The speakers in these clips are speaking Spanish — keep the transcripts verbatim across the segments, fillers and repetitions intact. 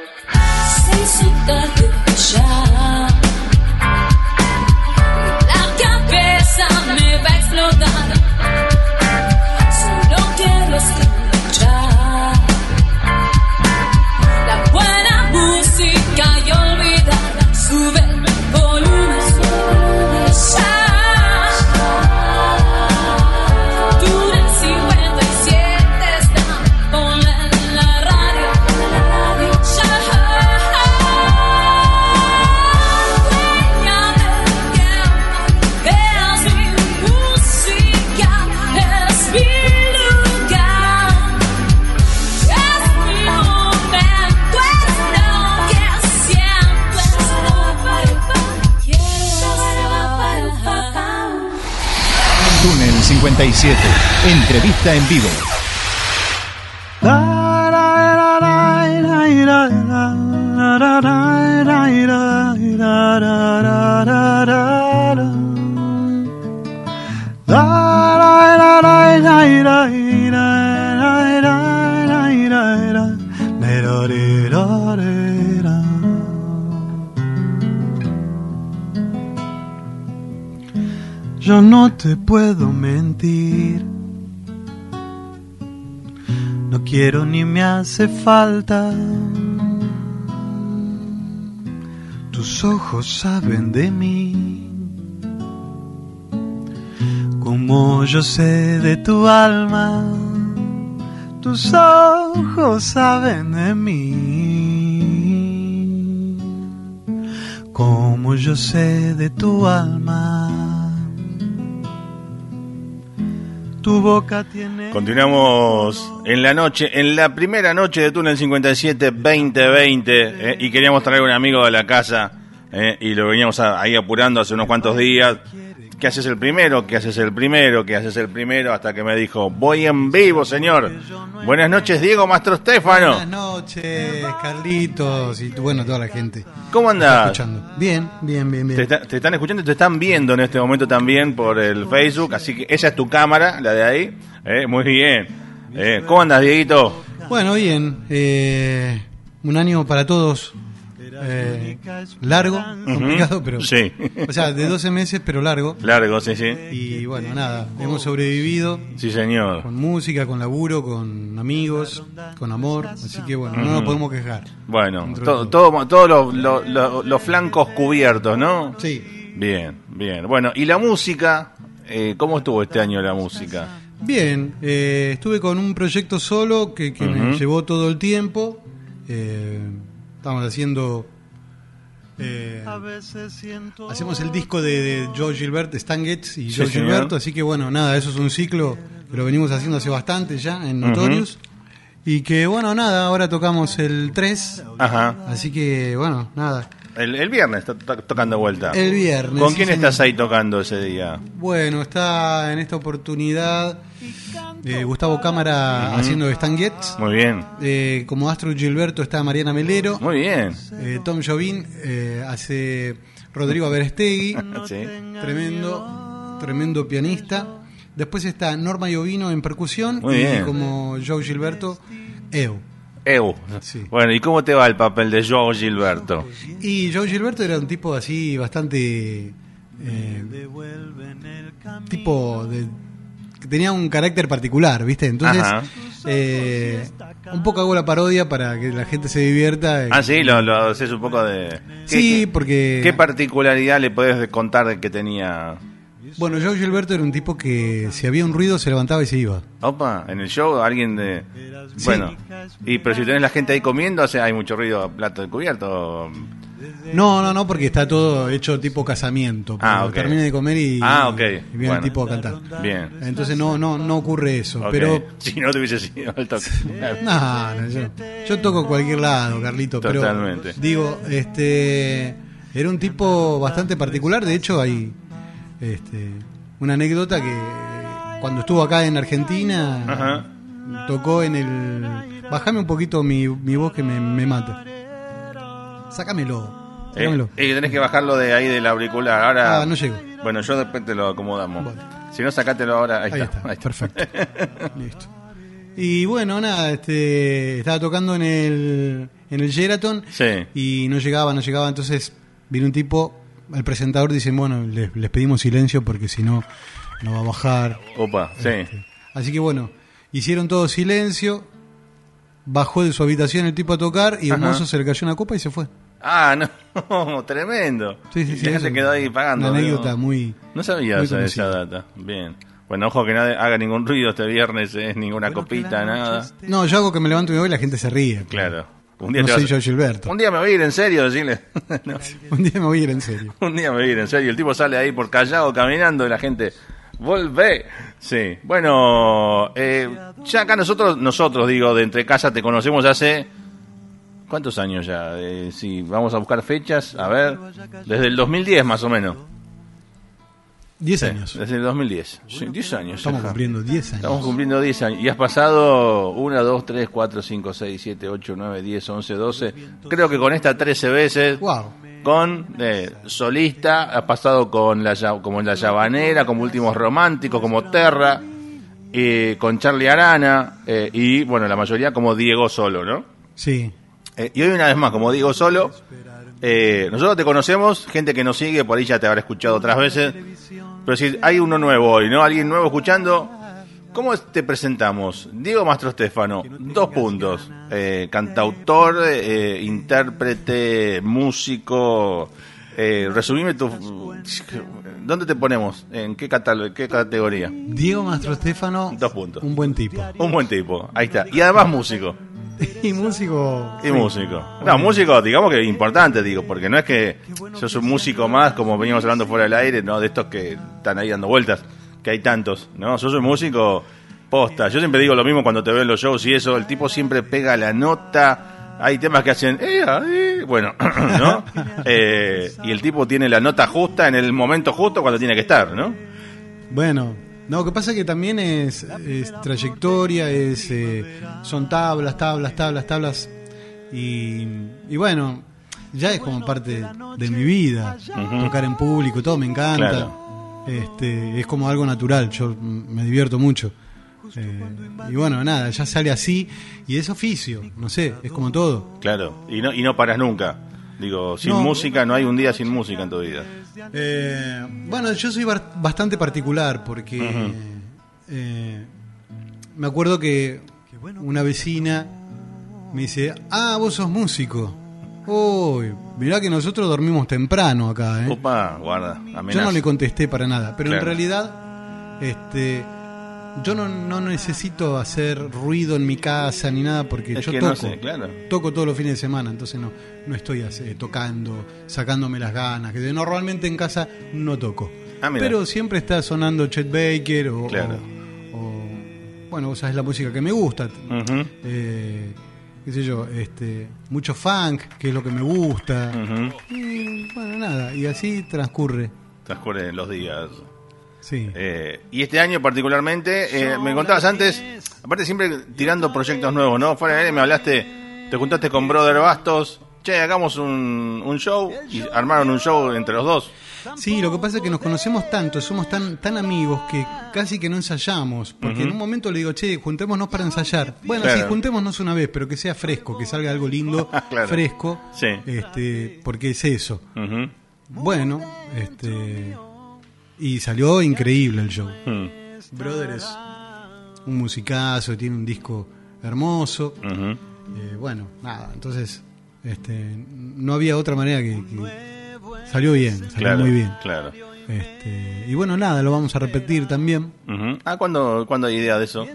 Sem sotaque la cabeza me va a explotar. Solo quiero escuchar la buena música y olvidar. Sube el volumen, ya. Tú del cincuenta y siete está, ponle en la radio, ya. Es mi música, es mi lugar, es mi momento, es lo que siento, Túnel cincuenta y siete. Entrevista en vivo. Yo no te puedo mentir, no quiero ni me hace falta. Tus ojos saben de mí, como yo sé de tu alma. Tus ojos saben de mí, como yo sé de tu alma. Tu boca tiene... Continuamos en la noche, en la primera noche de Túnel cincuenta y siete veinte veinte, eh, y queríamos traer un amigo de la casa, eh, y lo veníamos a, ahí apurando hace unos cuantos días. ¿Qué haces el primero? ¿Qué haces el primero? ¿Qué haces el primero? Hasta que me dijo, voy en vivo, señor. Buenas noches, Diego Mastro Stefano. Buenas noches, Carlitos, y bueno, toda la gente. ¿Cómo andás? Bien, bien, bien, bien. Te, está, te están escuchando y te están viendo en este momento también por el Facebook, así que esa es tu cámara, la de ahí. Eh, muy bien. Eh, ¿Cómo andas, Dieguito? Bueno, bien. Eh, un año para todos. Eh, largo, complicado, uh-huh. pero sí. O sea, de doce meses, pero largo. Largo, sí, sí. Y bueno, nada, hemos sobrevivido. Sí, señor. Con música, con laburo, con amigos, con amor. Así que bueno, uh-huh. no nos podemos quejar. Bueno, todos todo, todo los lo, lo, lo flancos cubiertos, ¿no? Sí. Bien, bien. Bueno, ¿y la música? Eh, ¿Cómo estuvo este año la música? Bien, eh, estuve con un proyecto solo que, que uh-huh. me llevó todo el tiempo. Eh... Estamos haciendo eh, hacemos el disco de, de Joe Gilbert, Stan Getz y Joe sí, Gilberto, así que bueno, nada, eso es un ciclo que lo venimos haciendo hace bastante ya en Notorious. Uh-huh. Y que bueno, nada, ahora tocamos el tres. Ajá. Así que bueno, nada. El, el viernes está to- tocando vuelta. El viernes. ¿Con sí, quién señor. estás ahí tocando ese día? Bueno, está en esta oportunidad eh, Gustavo Cámara uh-huh. haciendo Stan Getz. Muy bien. Eh, como Astro Gilberto está Mariana Melero. Muy bien. Eh, Tom Jobim eh, hace Rodrigo Aberestegui. Sí. Tremendo, tremendo pianista. Después está Norma Iovino en percusión. Muy y bien. como Joe Gilberto, Eu. Eu. Sí. Bueno, ¿y cómo te va el papel de Joe Gilberto? Y Joe Gilberto era un tipo así bastante eh, tipo de, que tenía un carácter particular, ¿viste? Entonces eh, un poco hago la parodia para que la gente se divierta. Ah, sí, lo, lo haces un poco de... Sí, ¿Qué, porque... ¿Qué particularidad le podés contar de que tenía? Bueno, Joe Gilberto era un tipo que si había un ruido se levantaba y se iba. Opa, en el show alguien de... Sí. Bueno, y pero si tenés la gente ahí comiendo, o sea, hay mucho ruido, plato de cubierto. No, no, no, porque está todo hecho tipo casamiento. Ah, ok. Termina de comer y, ah, ok. y viene bueno. el tipo a cantar. Bien. Entonces no, no, no ocurre eso. Okay. Pero si no te hubiese sido el toque. no, no, yo, yo toco cualquier lado, Carlito. Totalmente. Pero digo, este, era un tipo bastante particular. De hecho, hay este, una anécdota que cuando estuvo acá en Argentina, ajá, tocó en el... Bájame un poquito mi, mi voz que me, me mata. Sácamelo. Sácamelo. Eh, eh, tenés que bajarlo de ahí del auricular. Ahora, ah, no llego. Bueno, yo después te lo acomodamos. Bueno. Si no, sacátelo ahora. Ahí, ahí está. está. Ahí está. Perfecto. Listo. Y bueno, nada, este, estaba tocando en el, en el Sheraton Sí. y no llegaba, no llegaba. Entonces vino un tipo, el presentador dice, bueno, les, les pedimos silencio porque si no, no va a bajar. Opa, sí. Este, así que bueno, hicieron todo silencio, bajó de su habitación el tipo a tocar y el Ajá. mozo se le cayó una copa y se fue. Ah, no, tremendo. Sí, sí, Y sí, la gente eso. quedó ahí pagando. Una ¿no? anécdota muy... No sabía muy esa, esa conocida. data. Bien. Bueno, ojo que nadie haga ningún ruido este viernes, ¿eh? Ninguna copita, nada. No, yo hago que me levanto y me voy y la gente se ríe. Claro. Un día No te soy vas- yo, Gilberto. Un día me voy a ir en serio, decirle. No. Un día me voy a ir en serio. Un día me voy a ir en serio. El tipo sale ahí por Callao caminando y la gente... ¡Volvé! Sí. Bueno, eh, ya acá nosotros, nosotros digo, de Entre Casa te conocemos hace... ¿Cuántos años ya? Eh, sí, vamos a buscar fechas. A ver, desde el dos mil diez más o menos. Diez Sí, años. desde el dos mil diez. Sí, diez años. Estamos ajá. cumpliendo diez años. Estamos cumpliendo diez años. Y has pasado uno, dos, tres, cuatro, cinco, seis, siete, ocho, nueve, diez, once, doce. Creo que con esta trece veces. Wow. Con eh, solista, has pasado con la, Ya- como en La Llavanera, como Últimos Románticos, como Terra, eh, con Charlie Arana, eh, y bueno, la mayoría como Diego Solo, ¿no? Sí. Eh, y hoy una vez más, como Diego Solo, eh, nosotros te conocemos, gente que nos sigue, por ahí ya te habrá escuchado otras veces, pero si hay uno nuevo hoy, ¿no? Alguien nuevo escuchando, ¿cómo te presentamos? Diego Mastrostéfano, dos puntos, eh, cantautor, eh, intérprete, músico, eh, resumime tu... ¿Dónde te ponemos? ¿En qué, catal- qué categoría? Diego Mastrostéfano. Dos puntos. Un buen tipo. Un buen tipo, ahí está. Y además músico. Y músico. Y músico. No, músico, digamos que importante, digo, porque no es que sos un músico más, como veníamos hablando fuera del aire, no de estos que están ahí dando vueltas, que hay tantos, ¿no? Sos un músico posta. Yo siempre digo lo mismo cuando te veo en los shows y eso, el tipo siempre pega la nota, hay temas que hacen, eh, eh, bueno, ¿no? Eh, y el tipo tiene la nota justa en el momento justo cuando tiene que estar, ¿no? Bueno. No, lo que pasa es que también es, es trayectoria, es eh, son tablas, tablas, tablas, tablas. Y, y bueno, ya es como parte de mi vida. Ujú. Tocar en público, todo me encanta. Claro. Este, es como algo natural, yo mm, me divierto mucho. Eh, y bueno, nada, ya sale así. Y es oficio, no sé, es como todo. Claro, y no, y no paras nunca. Digo, sin No. música, no hay un día sin música en tu vida. Eh, bueno, yo soy bar- bastante particular porque Ujú. eh, me acuerdo que una vecina me dice, ah, vos sos músico. Uy, mirá que nosotros dormimos temprano acá, ¿eh? Opa, guarda, amenaza. Yo no le contesté para nada, pero Claro. en realidad este, yo no, no necesito hacer ruido en mi casa ni nada porque Es yo que toco. no sé, claro. Toco todos los fines de semana, entonces no, no estoy eh, tocando, sacándome las ganas. Que normalmente en casa no toco. Ah, mira. Pero siempre está sonando Chet Baker o, Claro. o- o- bueno, vos sabés la música que me gusta. Ujú, Eh, qué sé yo, este, mucho funk, que es lo que me gusta. ujú. Y bueno, nada, y así transcurre. Transcurren los días. Sí. Eh, y este año particularmente, eh, me contabas antes, aparte siempre tirando proyectos nuevos, ¿no? Fuera de aire me hablaste, te juntaste con Brother Bastos, che, hagamos un, un show, y armaron un show entre los dos. Sí, lo que pasa es que nos conocemos tanto, somos tan tan amigos que casi que no ensayamos. Porque Ujú. en un momento le digo, che, juntémonos para ensayar. Bueno, Claro. sí, juntémonos una vez, pero que sea fresco, que salga algo lindo, Claro. fresco. Sí. Este, porque es eso. Ujú, Bueno, este. Y salió increíble el show. mm, Brother es un musicazo, tiene un disco hermoso. ujú. Eh, bueno, nada, entonces este, no había otra manera que, que salió bien, salió Claro, muy bien. claro. Este, y bueno, nada, lo vamos a repetir también. Ujú. Ah, ¿cuándo, ¿cuándo hay idea de eso?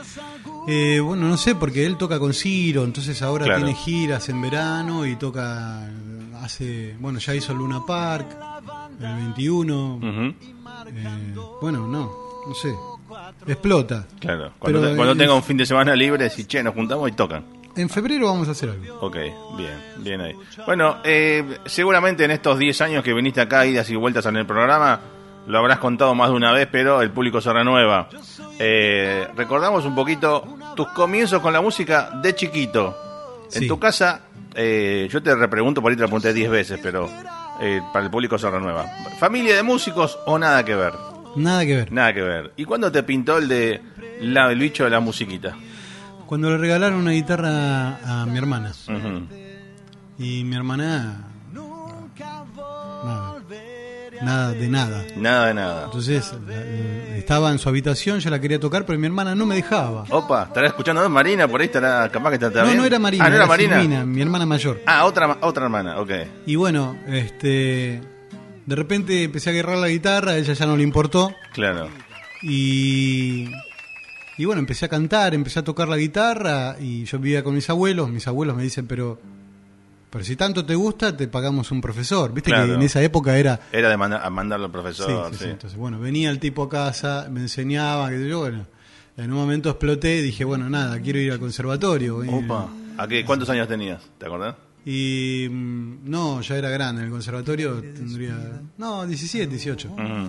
Eh, bueno, no sé, porque él toca con Ciro, entonces ahora Claro. tiene giras en verano y toca, hace, bueno, ya hizo Luna Park, el veintiuno. Ujú, Eh, bueno, no, no sé, explota. Claro, cuando, Pero, te- cuando eh, tenga un fin de semana libre, si che, nos juntamos y tocan. En febrero vamos a hacer algo. Ok, bien, bien ahí. Bueno, eh, seguramente en estos diez años que viniste acá, idas y vueltas en el programa, lo habrás contado más de una vez, pero el público se renueva. Eh, recordamos un poquito tus comienzos con la música de chiquito. En Sí. tu casa, eh, yo te repregunto, por ahí te la pregunté diez veces, pero eh, para el público se renueva. ¿Familia de músicos o nada que ver? Nada que ver. Nada que ver. ¿Y cuándo te pintó el de la, el bicho de la musiquita? Cuando le regalaron una guitarra a mi hermana. Ujú. Y mi hermana... Nada. Nada de nada. Nada de nada. Entonces la- estaba en su habitación, yo la quería tocar, pero mi hermana no me dejaba. Opa, estará escuchando Marina, por ahí estará, capaz que está, está No, bien. no era Marina, Ah, ¿no era Marina? Silvina, mi hermana mayor. Ah, otra, otra hermana, ok. Y bueno, este, de repente empecé a agarrar la guitarra, a ella ya no le importó. Claro. Y, y bueno, empecé a cantar, empecé a tocar la guitarra y yo vivía con mis abuelos. Mis abuelos me dicen, pero, pero si tanto te gusta, te pagamos un profesor. Viste Claro. que en esa época era... Era de manda- a mandarlo al Sí, profesor, sí, sí. sí. Entonces, bueno, venía el tipo a casa, me enseñaba, que yo, bueno, en un momento exploté y dije, bueno, nada, quiero ir al conservatorio. Y- Opa. ¿A qué? ¿Cuántos años tenías? ¿Te acordás? Y mm, no, ya era grande, en el conservatorio tendría, no, diecisiete, dieciocho. Ujú.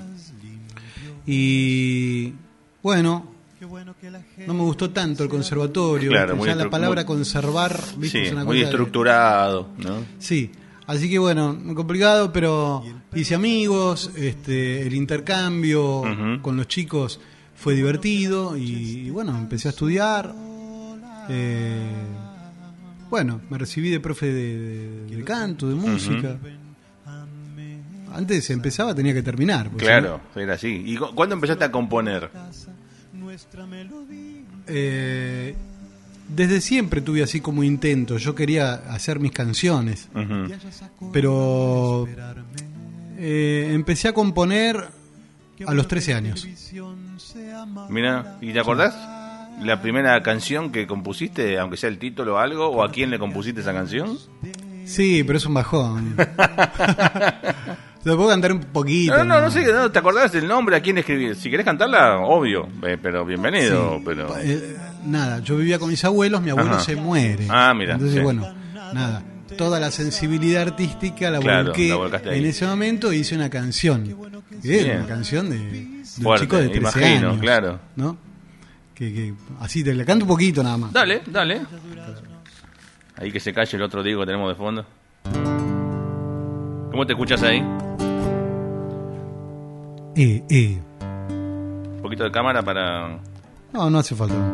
Y bueno, no me gustó tanto el conservatorio. Claro, ¿viste? muy ya la estru- palabra muy- conservar, ¿viste? Sí, Es una muy cosa de- estructurado, ¿no? Sí, así que bueno, muy complicado, pero hice amigos, este, el intercambio Ujú. con los chicos fue divertido y, y bueno, empecé a estudiar. Eh, bueno, me recibí de profe de, de- de canto, de música. Antes empezaba, tenía que terminar. porque Claro, era así. ¿Y cu- cuándo empezaste a componer? Eh, desde siempre tuve así como intentos. Yo quería hacer mis canciones, Ujú. pero eh, empecé a componer a los trece años. Mira, ¿y te acordás la primera canción que compusiste, aunque sea el título o algo, o a quién le compusiste esa canción? Sí, pero es un bajón. Te puedo cantar un poquito. No, no, no sé, no, ¿te acordás del nombre? ¿A quién escribí? Si querés cantarla, obvio, eh, pero bienvenido, Sí. pero... Eh, nada, yo vivía con mis abuelos, mi abuelo Ajá. se muere. Ah, mira, Entonces, sí. bueno, nada. Toda la sensibilidad artística la Claro, volqué la volcaste ahí. en ese momento, hice una canción. Que era Bien. una canción de, de un Fuerte, chico de trece imagino, años. claro. ¿No? Que, que así te la canto un poquito nada más. Dale, dale. Ahí que se calle el otro Diego que tenemos de fondo. ¿Cómo te escuchas ahí? Eh, eh. Un poquito de cámara para... No, no hace falta.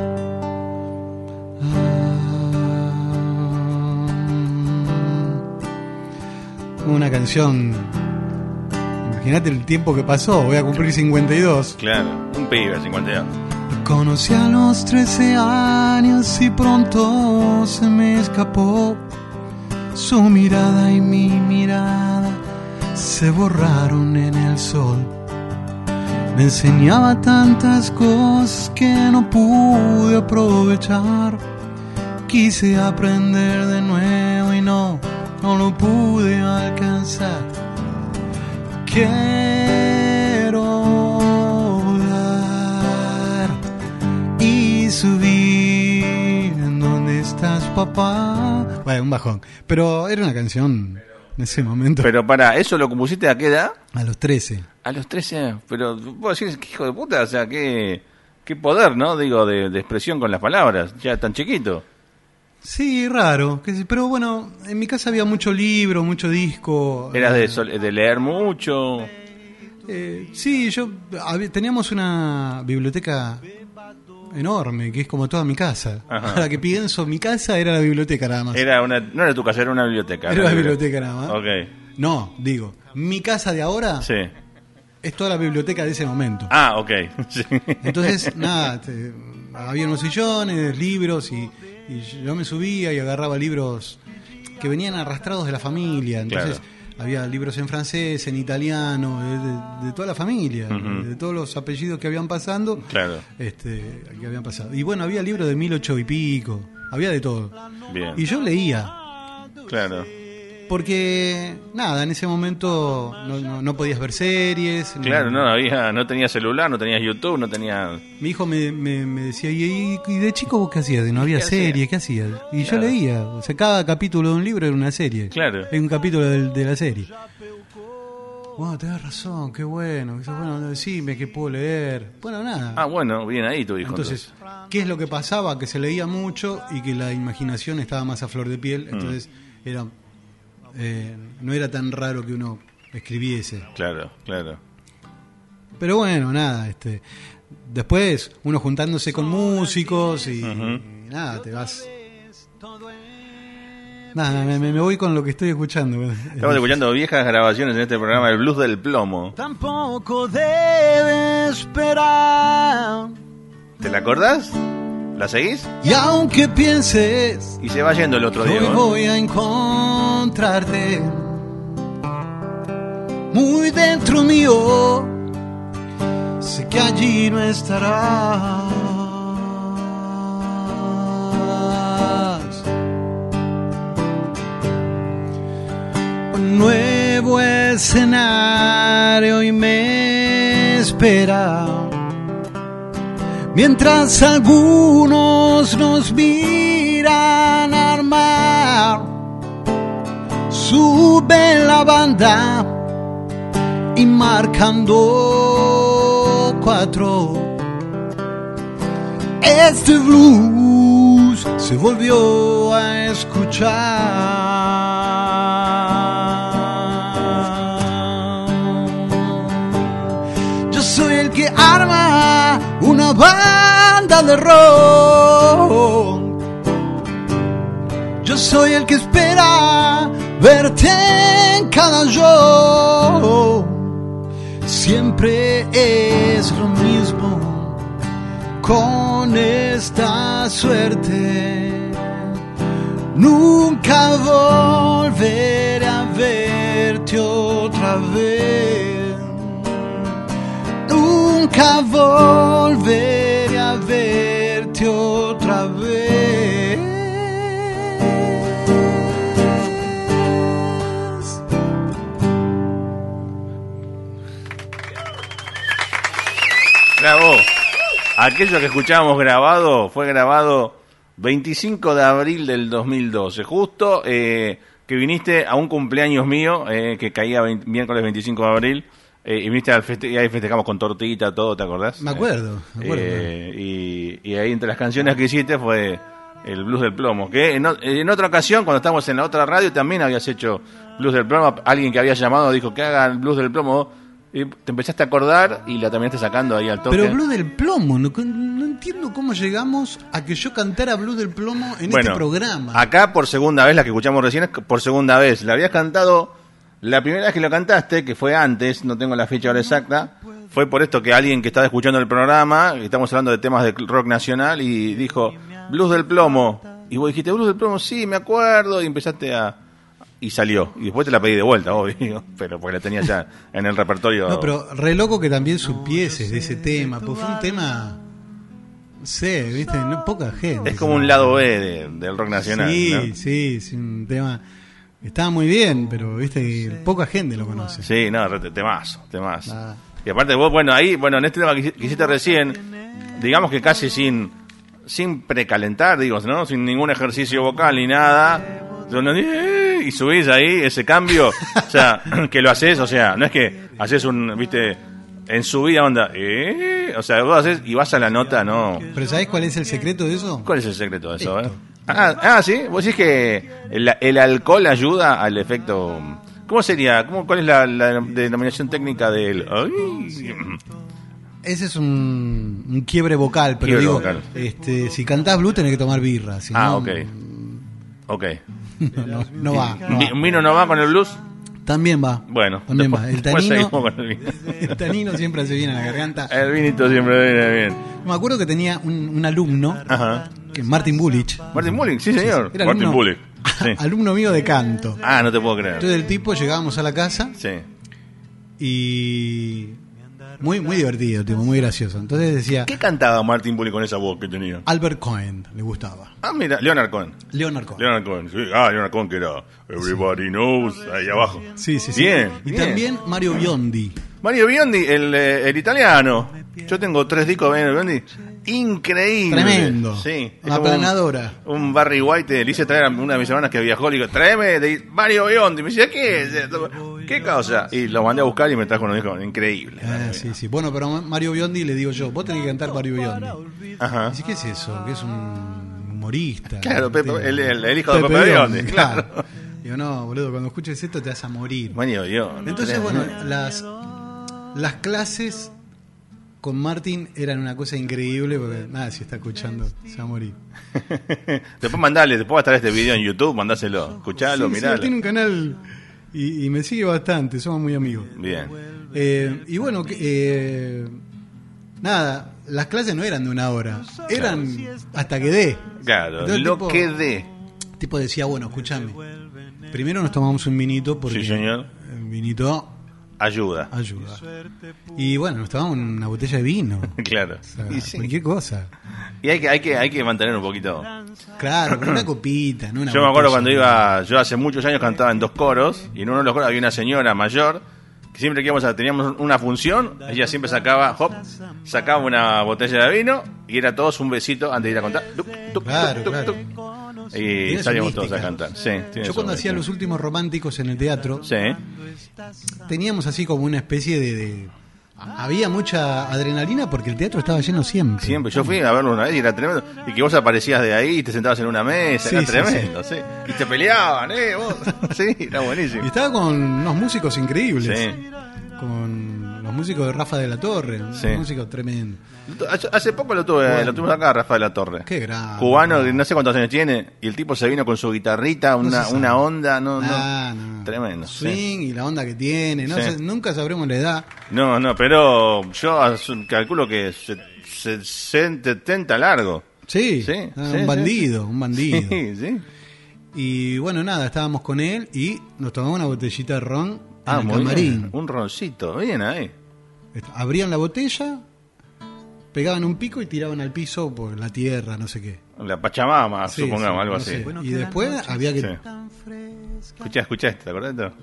Una canción. Imagínate el tiempo que pasó. Voy a cumplir cincuenta y dos. Claro, un pibe, cincuenta y dos. Conocí a los trece años y pronto se me escapó. Su mirada y mi mirada se borraron en el sol. Me enseñaba tantas cosas que no pude aprovechar. Quise aprender de nuevo y no, no lo pude alcanzar. Quiero volar y subir en donde estás, papá. Bueno, un bajón. Pero era una canción en ese momento. Pero para, ¿eso lo compusiste a qué edad? A los trece. A los trece años. Pero vos decís, ¿qué hijo de puta? O sea, qué, qué poder, ¿no? Digo, de, de expresión con las palabras. Ya tan chiquito. Sí, raro. que sí, Pero bueno, en mi casa había mucho libro, mucho disco. ¿Eras de, sol- de leer mucho? Eh, sí, yo hab- teníamos una biblioteca enorme, que es como toda mi casa. Ajá. Ahora que pienso, mi casa era la biblioteca nada más. Era una, no era tu casa, era una biblioteca. Era una biblioteca nada más. Ok, No, digo, mi casa de ahora sí. es toda la biblioteca de ese momento. Ah, ok. Sí. Entonces, nada, te- había unos sillones, libros, y, y yo me subía y agarraba libros que venían arrastrados de la familia. Entonces, Claro. había libros en francés, en italiano, de, de- de toda la familia, Ujú. de, de todos los apellidos que habían pasando. Claro. Este, que habían pasado. Y bueno, había libros de mil ocho y pico, había de todo. Bien. Y yo leía, Claro. porque nada, en ese momento no, no, no podías ver series. Claro, no había, no tenías celular, no tenías YouTube, no tenías... Mi hijo me, me, me decía, ¿y, y de chico vos qué hacías? No había ¿Qué serie, ¿qué hacías? Y Claro. yo leía, o sea, cada capítulo de un libro era una serie. Claro. Era un capítulo de, de la serie. Bueno, tenés razón, qué bueno. Qué bueno, decime que puedo leer. Bueno, nada. Ah, bueno, bien ahí tu hijo. Entonces, ¿qué es lo que pasaba? Que se leía mucho y que la imaginación estaba más a flor de piel. Mm. Entonces, era eh, no era tan raro que uno escribiese. Claro, claro. Pero bueno, nada, este después uno juntándose con músicos y, Ujú. y nada, te vas. Nada, me, me, me voy con lo que estoy escuchando. Estamos escuchando viejas grabaciones en este programa, el blues del plomo. Tampoco debe esperar. ¿Te la acordás? ¿La seguís? Y aunque pienses Y se va yendo el otro que hoy día. ¿no? voy a encontrarte muy dentro mío, sé que allí no estarás. Un nuevo escenario y me espera, mientras algunos nos miran armar. Sube la banda y marcando cuatro, este blues se volvió a escuchar. Yo soy el que arma una banda de rock. Yo soy el que espera verte en cada show. Siempre es lo mismo con esta suerte. Nunca volveré a verte otra vez. Nunca volveré a verte otra vez. Bravo. Aquello que escuchábamos grabado fue grabado veinticinco de abril del dos mil doce, justo eh, que viniste a un cumpleaños mío, eh, que caía veinte, miércoles veinticinco de abril, eh, y viniste al feste y ahí festejamos con tortita, todo, ¿te acordás? Me acuerdo, me acuerdo. Eh, y, y ahí entre las canciones que hiciste fue el Blues del Plomo, que en, o- en otra ocasión, cuando estábamos en la otra radio, también habías hecho Blues del Plomo. Alguien que había llamado dijo que haga el Blues del Plomo, y te empezaste a acordar y la terminaste sacando ahí al toque. Pero Blues del Plomo, no, no entiendo cómo llegamos a que yo cantara Blues del Plomo en Bueno, este programa. acá por segunda vez, la que escuchamos recién es por segunda vez. La habías cantado, la primera vez que lo cantaste, que fue antes, no tengo la fecha ahora exacta, fue por esto que alguien que estaba escuchando el programa, que estamos hablando de temas de rock nacional, y dijo, Blues del Plomo. Y vos dijiste, Blues del Plomo, sí, me acuerdo, y empezaste a... Y salió. Y después te la pedí de vuelta, obvio, pero porque la tenía ya en el repertorio. No, pero re loco que también supieses de ese tema, pues fue un tema, no sé, viste, no, poca gente. Es como un lado B de- del rock nacional, Sí, ¿no? sí, sí, un tema, estaba muy bien, pero viste, poca gente lo conoce. Sí, no, re- temazo, temazo. Ah. Y aparte vos, bueno, ahí, bueno, en este tema que hici- que hiciste recién, digamos que casi sin sin precalentar, digo, ¿no? Sin ningún ejercicio vocal ni nada. Y subís ahí ese cambio, o sea, que lo haces, o sea, no es que haces un, viste, en subida onda, eh, o sea, vos haces y vas a la nota, no. Pero ¿sabés cuál es el secreto de eso? ¿Cuál es el secreto de eso, eh? Esto. Ah, ah, sí, vos decís que el, el alcohol ayuda al efecto. ¿Cómo sería? ¿Cómo, ¿Cuál es la, la denominación técnica del? Ay, Ese es un, un quiebre vocal, pero Quiebre digo, vocal. este, si cantás blues tenés que tomar birra, si ah, no, ok. Ok. no, no, no va. no ¿Vi- va. ¿Un vino no va con el blues? También va. Bueno, también después- va. El después tanino, seguimos con el vino. el tanino siempre hace bien a la garganta. El vinito siempre viene bien. Me acuerdo que tenía un, un alumno, Ajá. que Martin Bullich, Martin Bullock, sí señor. era Martin alumno, Bullock. Sí. alumno mío de canto. Ah, no te puedo creer. Entonces el tipo llegábamos a la casa Sí. y muy muy divertido, tipo, muy gracioso. Entonces decía ¿Qué cantaba Martin Bullock con esa voz que tenía? Albert Cohen, le gustaba. Ah, mira, Leonard Cohen. Leonard Cohen. Leonard Cohen, sí. Ah, Leonard Cohen que era Everybody Knows, ahí abajo. Sí, sí, sí. Bien, Y bien. también Mario Biondi. Mario Biondi, el, eh, el italiano. Yo tengo tres discos de Mario Biondi. Increíble. Tremendo. Sí. es Una como un- planadora. Un, Barry White. Le hice traer a una de mis hermanas que viajó. Le digo, tráeme de Mario Biondi. Me decía, ¿qué es esto? ¿Qué cosa? Y lo mandé a buscar y me trajo unos discos increíbles. Ah, sí, sí. Bueno, pero Mario Biondi le digo yo, vos tenés que cantar Mario Biondi. Ajá. Dice, ¿qué es eso? Que es un humorista. Claro, Pepe- ¿viste? el- el- el hijo de Pepe Biondi, claro. Digo, no, boludo, cuando escuches esto te vas a morir. Mario Biondi. Entonces, bueno, las, las clases con Martín eran una cosa increíble, porque nada, si está escuchando, se va a morir. Después mandale, después va a estar este video en YouTube, mandáselo, escuchalo, Sí, miralo. sí, tiene un canal y, y me sigue bastante, somos muy amigos. Bien. Eh, y bueno, que, eh, nada, las clases no eran de una hora, eran hasta que dé. Claro, Entonces, lo tipo, que dé. tipo decía, bueno, escúchame, primero nos tomamos un vinito porque Sí, señor. el vinito Ayuda. ayuda. Y bueno, nos tomamos una botella de vino. Claro. O sea, Y, sí. cualquier cosa. Y hay que, hay que, hay que mantener un poquito. Claro, con una copita, no una Yo me acuerdo botella. cuando iba, yo hace muchos años cantaba en dos coros, y en uno de los coros había una señora mayor, que siempre que íbamos a, teníamos una función, ella siempre sacaba, hop, sacaba una botella de vino, y era todos un besito antes de ir a contar. Tuc, tuc, Claro, tuc, claro. tuc, tuc. Y Tiene su salíamos todos a mística. cantar. Sí, tiene Yo su cuando hacía mística. los últimos románticos en el teatro, Sí, teníamos así como una especie de, de- había mucha adrenalina porque el teatro estaba lleno siempre. siempre. Yo fui a verlo una vez y era tremendo. Y que vos aparecías de ahí y te sentabas en una mesa, Sí, era sí, tremendo, sí. Y te peleaban, ¿eh? Vos. Sí, era buenísimo. Y estaba con unos músicos increíbles. Sí. Con los músicos de Rafa de la Torre, Sí. unos músicos tremendos. Hace- Hace poco lo tuve, Bueno. lo tuvimos acá, Rafa de la Torre. Qué grande. Cubano, que no sé cuántos años tiene, y el tipo se vino con su guitarrita, una, se sabe. una onda, no, no. Ah, no. Tremendo. sí. Swing y la onda que tiene. No Sí. sé, nunca sabremos la edad. No, no, pero yo asu- calculo que se- se- setenta largo. Sí, Sí, ah, sí, un sí. bandido, un bandido. Sí, sí. Y bueno, nada, estábamos con él y nos tomamos una botellita de ron en Ah, el muy camarín. bien. Un roncito, bien ahí. Est- Abrían la botella, pegaban un pico y tiraban al piso por la tierra, no sé qué. La Pachamama, Sí, supongamos, sí, algo no así. sé. Y después había que... Sí. Escuchá, escuchá esto, ¿te acordás de esto?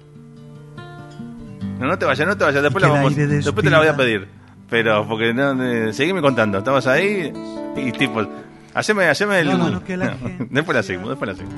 No, no te vayas, no te vayas, después, Y la que el vamos, aire después te la voy a despida. pedir. Pero, porque no, eh, seguime contando, estabas ahí y tipo, haceme, haceme el... No, no, no, que la gente- después la seguimos, después la seguimos.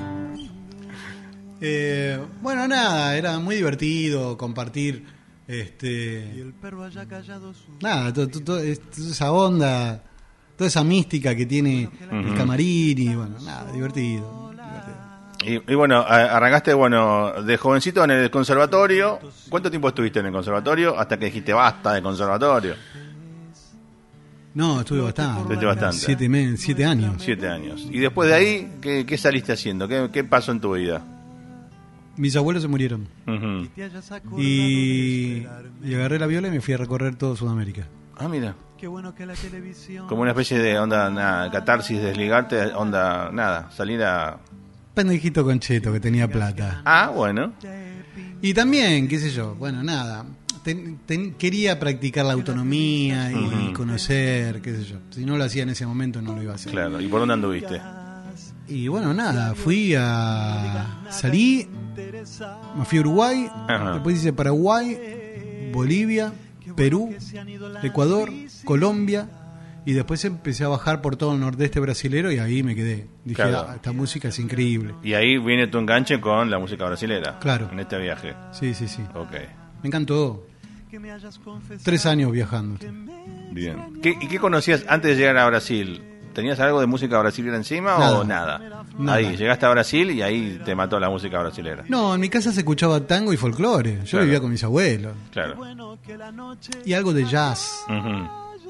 Eh, bueno, nada, era muy divertido compartir, este, El perro haya callado su... nada, to- to- to- es- toda esa onda, toda esa mística que tiene el Ujú. camarín y bueno, nada, divertido. divertido. Y, y bueno, a- arrancaste, bueno, de jovencito en el conservatorio. ¿Cuánto tiempo estuviste en el conservatorio hasta que dijiste basta de conservatorio? No, estuve bastante. Estuviste bastante. Siete, me- siete años. Siete años. Y después de ahí, ¿qué, qué saliste haciendo? ¿Qué, qué pasó en tu vida? Mis abuelos se murieron Ujú. Te hayas acordado y, de esperarme. y agarré la viola y me fui a recorrer todo Sudamérica. Ah, mira. Qué bueno que la televisión... Como una especie de onda, nada, catarsis, desligarte, onda, nada, salir a... Pendejito concheto que tenía plata. Ah, bueno. Y también, qué sé yo, bueno, nada, ten- ten- quería practicar la autonomía y Ujú. conocer, qué sé yo. Si no lo hacía en ese momento, no lo iba a hacer. Claro. ¿Y por dónde anduviste? Y bueno, nada, fui a... Salí, me fui a Uruguay, Ajá. después hice Paraguay, Bolivia, Perú, Ecuador, Colombia, y después empecé a bajar por todo el nordeste brasilero y ahí me quedé. Dije, Claro. "Ah, esta música es increíble". Y ahí viene tu enganche con la música brasilera. Claro. En este viaje. Sí, sí, sí. Ok. Me encantó. Que me hayas confesado. Tres años viajando. Bien. ¿Qué, ¿Y qué conocías antes de llegar a Brasil? ¿Tenías algo de música brasilera encima Nada. o nada? Nada. Ahí, llegaste a Brasil y ahí te mató la música brasilera. No, en mi casa se escuchaba tango y folclore. Yo Claro. vivía con mis abuelos. Claro. Bueno, que la noche... Y algo de jazz. Ujú.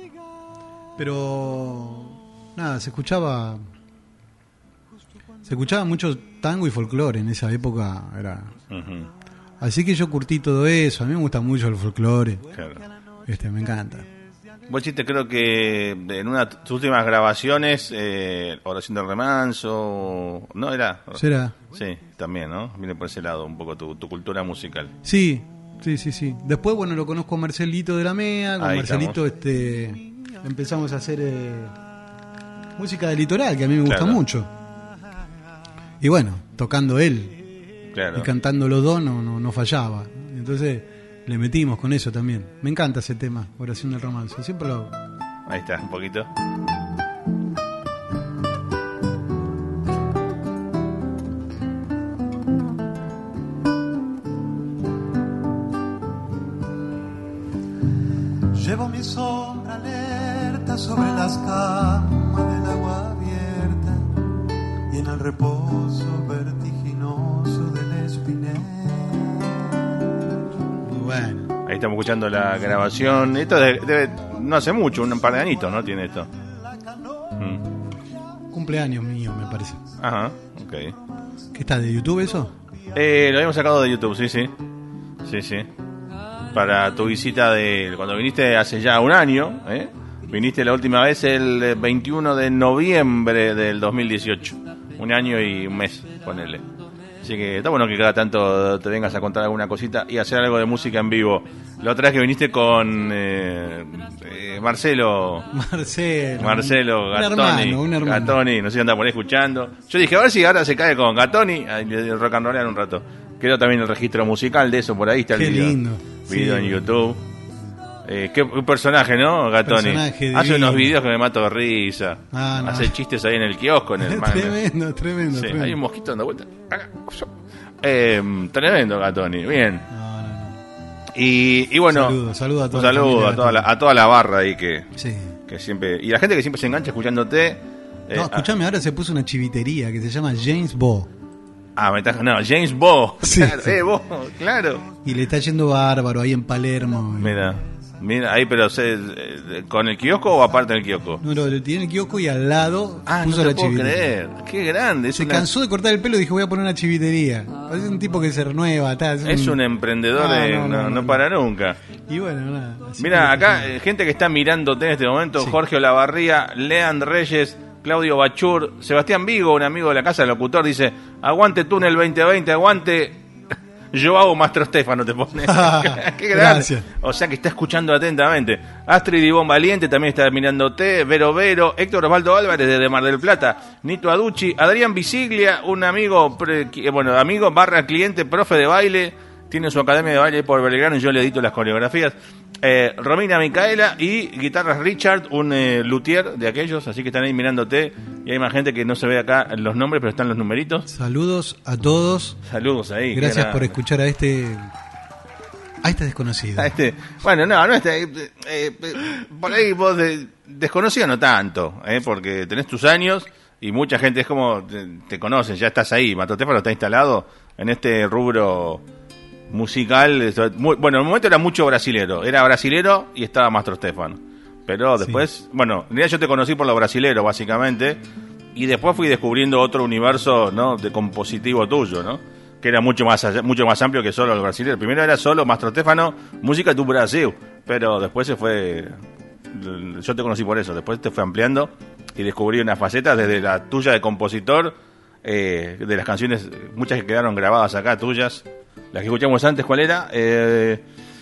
Pero nada, se escuchaba se escuchaba mucho tango y folclore en esa época, era. Ujú. Así que yo curtí todo eso, a mí me gusta mucho el folclore. Claro. Este, me encanta. Vos hiciste, creo que en una de tus últimas grabaciones, eh, Oración del Remanso, ¿no era? ¿Será? Sí, también, ¿no? Viene por ese lado un poco tu, tu cultura musical. Sí, sí, sí, sí. Después, bueno, lo conozco a Marcelito de la MEA, con Ahí Marcelito este empezamos a hacer eh, música de litoral, que a mí me gusta Claro. mucho. Y bueno, tocando él Claro. y cantando los dos no, no, no fallaba. Entonces le metimos con eso también. Me encanta ese tema, Oración del Romance. Siempre lo... Ahí está, un poquito. Llevo mi sombra alerta sobre las camas del agua abierta y en el reposo vertiginoso del espinel. Muy bueno. Ahí estamos escuchando la grabación. Esto de- debe- no hace mucho, un par de añitos, ¿no? Tiene esto. Mm. Cumpleaños mío, me parece. Ajá, ok. ¿Qué está, de YouTube eso? Eh, lo habíamos sacado de YouTube, sí, sí. Sí, sí. Para tu visita de cuando viniste hace ya un año, ¿eh? Viniste la última vez el veintiuno de noviembre del dos mil dieciocho. Un año y un mes, ponele. Así que está bueno que cada tanto te vengas a contar alguna cosita y hacer algo de música en vivo. La otra vez que viniste con eh, eh, Marcelo. Marcelo. Marcelo un Gattoni. hermano, un hermano. Gattoni, no sé si anda por ahí escuchando. Yo dije, a ver si ahora se cae con Gattoni. Ahí le rock and rollean un rato. Quedó también el registro musical de eso, por ahí está el Qué video. lindo. Video Sí. en YouTube. Eh, qué un personaje, ¿no? Gattoni. Personaje Hace divino. unos videos que me mato de risa. Ah, no. Hace chistes ahí en el kiosco, en el man- tremendo, tremendo, Sí, tremendo. hay un mosquito dando vuelta. Acá. Eh, tremendo, Gattoni. Bien. No, no, no. Y, y bueno, Saludo, saludo a toda un la saludo familia a toda, la, Gattoni. a toda la barra ahí que, Sí. que siempre. Y la gente que siempre se engancha escuchándote. eh, No, escuchame, ahora se puso una chivitería que se llama James Bo. Ah, me estás. No, James Bo. Sí, Claro, sí. eh, Bo, claro. Y le está yendo bárbaro ahí en Palermo. Mira, mira, ahí, pero se, eh, ¿con el kiosco o aparte del kiosco? No, no, tiene el kiosco y al lado Ah, no puso te la puedo chivitería. creer. Qué grande. Es, Se una- cansó de cortar el pelo y dijo, voy a poner una chivitería. Es un tipo que se renueva. Ta, es un emprendedor, Ah, de- no, no, no, no no, no. para nunca. Y bueno, nada. así Mira, que- acá, eh, gente que está mirándote en este momento: Sí. Jorge Olavarría, Leand Reyes, Claudio Bachur, Sebastián Vigo, un amigo de la casa del locutor, dice: aguante Túnel veinte veinte, aguante. Yo hago Mastro Stefano, te pone. Qué grande. Gracias. O sea que está escuchando atentamente. Astrid Ivón Valiente también está mirándote. Vero Vero, Héctor Osvaldo Álvarez desde Mar del Plata, Nito Aducci, Adrián Visiglia, un amigo, pre- eh, bueno, amigo barra cliente, profe de baile, tiene su academia de baile por Belgrano y yo le edito las coreografías. Eh, Romina Micaela y guitarras Richard, un eh, luthier de aquellos, así que están ahí mirándote. Y hay más gente que no se ve acá los nombres, pero están los numeritos. Saludos a todos. Saludos ahí. Gracias qué por grande. escuchar a este a este desconocido. A este, bueno, no, no este, eh, eh, por ahí vos de- desconocido no tanto, eh, porque tenés tus años y mucha gente es como te, te conocen, ya estás ahí. Mastro Stefano está instalado en este rubro musical. Esto- muy- bueno, en el momento era mucho brasilero, era brasilero y estaba Mastro Stefano. Pero después, bueno, en realidad yo te conocí por lo brasilero básicamente y después fui descubriendo otro universo, ¿no? De compositivo tuyo, ¿no? Que era mucho más allá- mucho más amplio que solo el brasileño. Primero era solo Mastro Stefano, música do Brasil, pero después se fue, yo te conocí por eso, después te fue ampliando y descubrí una faceta desde la tuya de compositor, eh, de las canciones, muchas que quedaron grabadas acá, tuyas, las que escuchamos antes, ¿cuál era? Eh,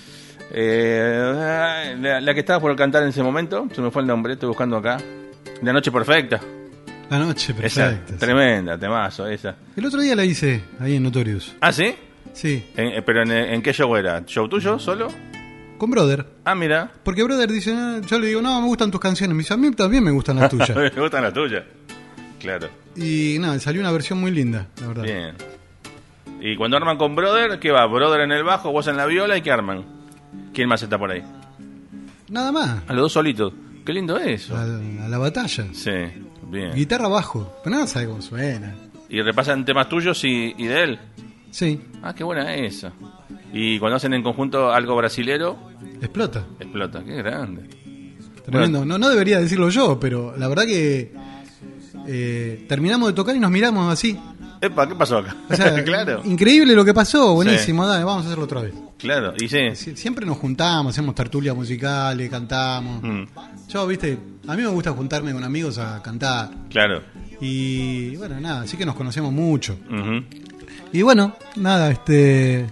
eh, la, la que estaba por cantar en ese momento, se me fue el nombre, estoy buscando acá. La Noche Perfecta. La noche Esa, perfecta. sí. tremenda, temazo, esa. El otro día la hice ahí en Notorious. ¿Ah, sí? Sí, En- eh, ¿Pero en, en qué show era? ¿Show tuyo solo? con Brother. Ah, mira. Porque Brother dice, "Ah", yo le digo, no, me gustan tus canciones. Me dice, a mí también me gustan las tuyas. Me gustan las tuyas. Claro. Y nada, salió una versión muy linda, la verdad. Bien. Y cuando arman con Brother, ¿qué va? Brother en el bajo, vos en la viola, ¿y qué arman? ¿Quién más está por ahí? Nada más. A los dos solitos. Qué lindo es eso. A, a la batalla. Sí, bien. Guitarra bajo. Pero nada sabe cómo suena. ¿Y repasan temas tuyos y, y de él? Sí, Ah, qué buena esa. Y cuando hacen en conjunto algo brasilero, explota. explota. Qué grande. Tremendo. No, no debería decirlo yo, pero la verdad que eh, terminamos de tocar y nos miramos así. Epa, ¿qué pasó acá? O sea, claro, increíble lo que pasó, buenísimo, dale, vamos a hacerlo otra vez. claro. Y sí. Sie- Siempre nos juntamos, hacemos tertulias musicales, cantamos. Mm, Yo, viste, a mí me gusta juntarme con amigos a cantar. claro. Y bueno, nada, así que nos conocemos mucho. Ujú. Y bueno, nada, este.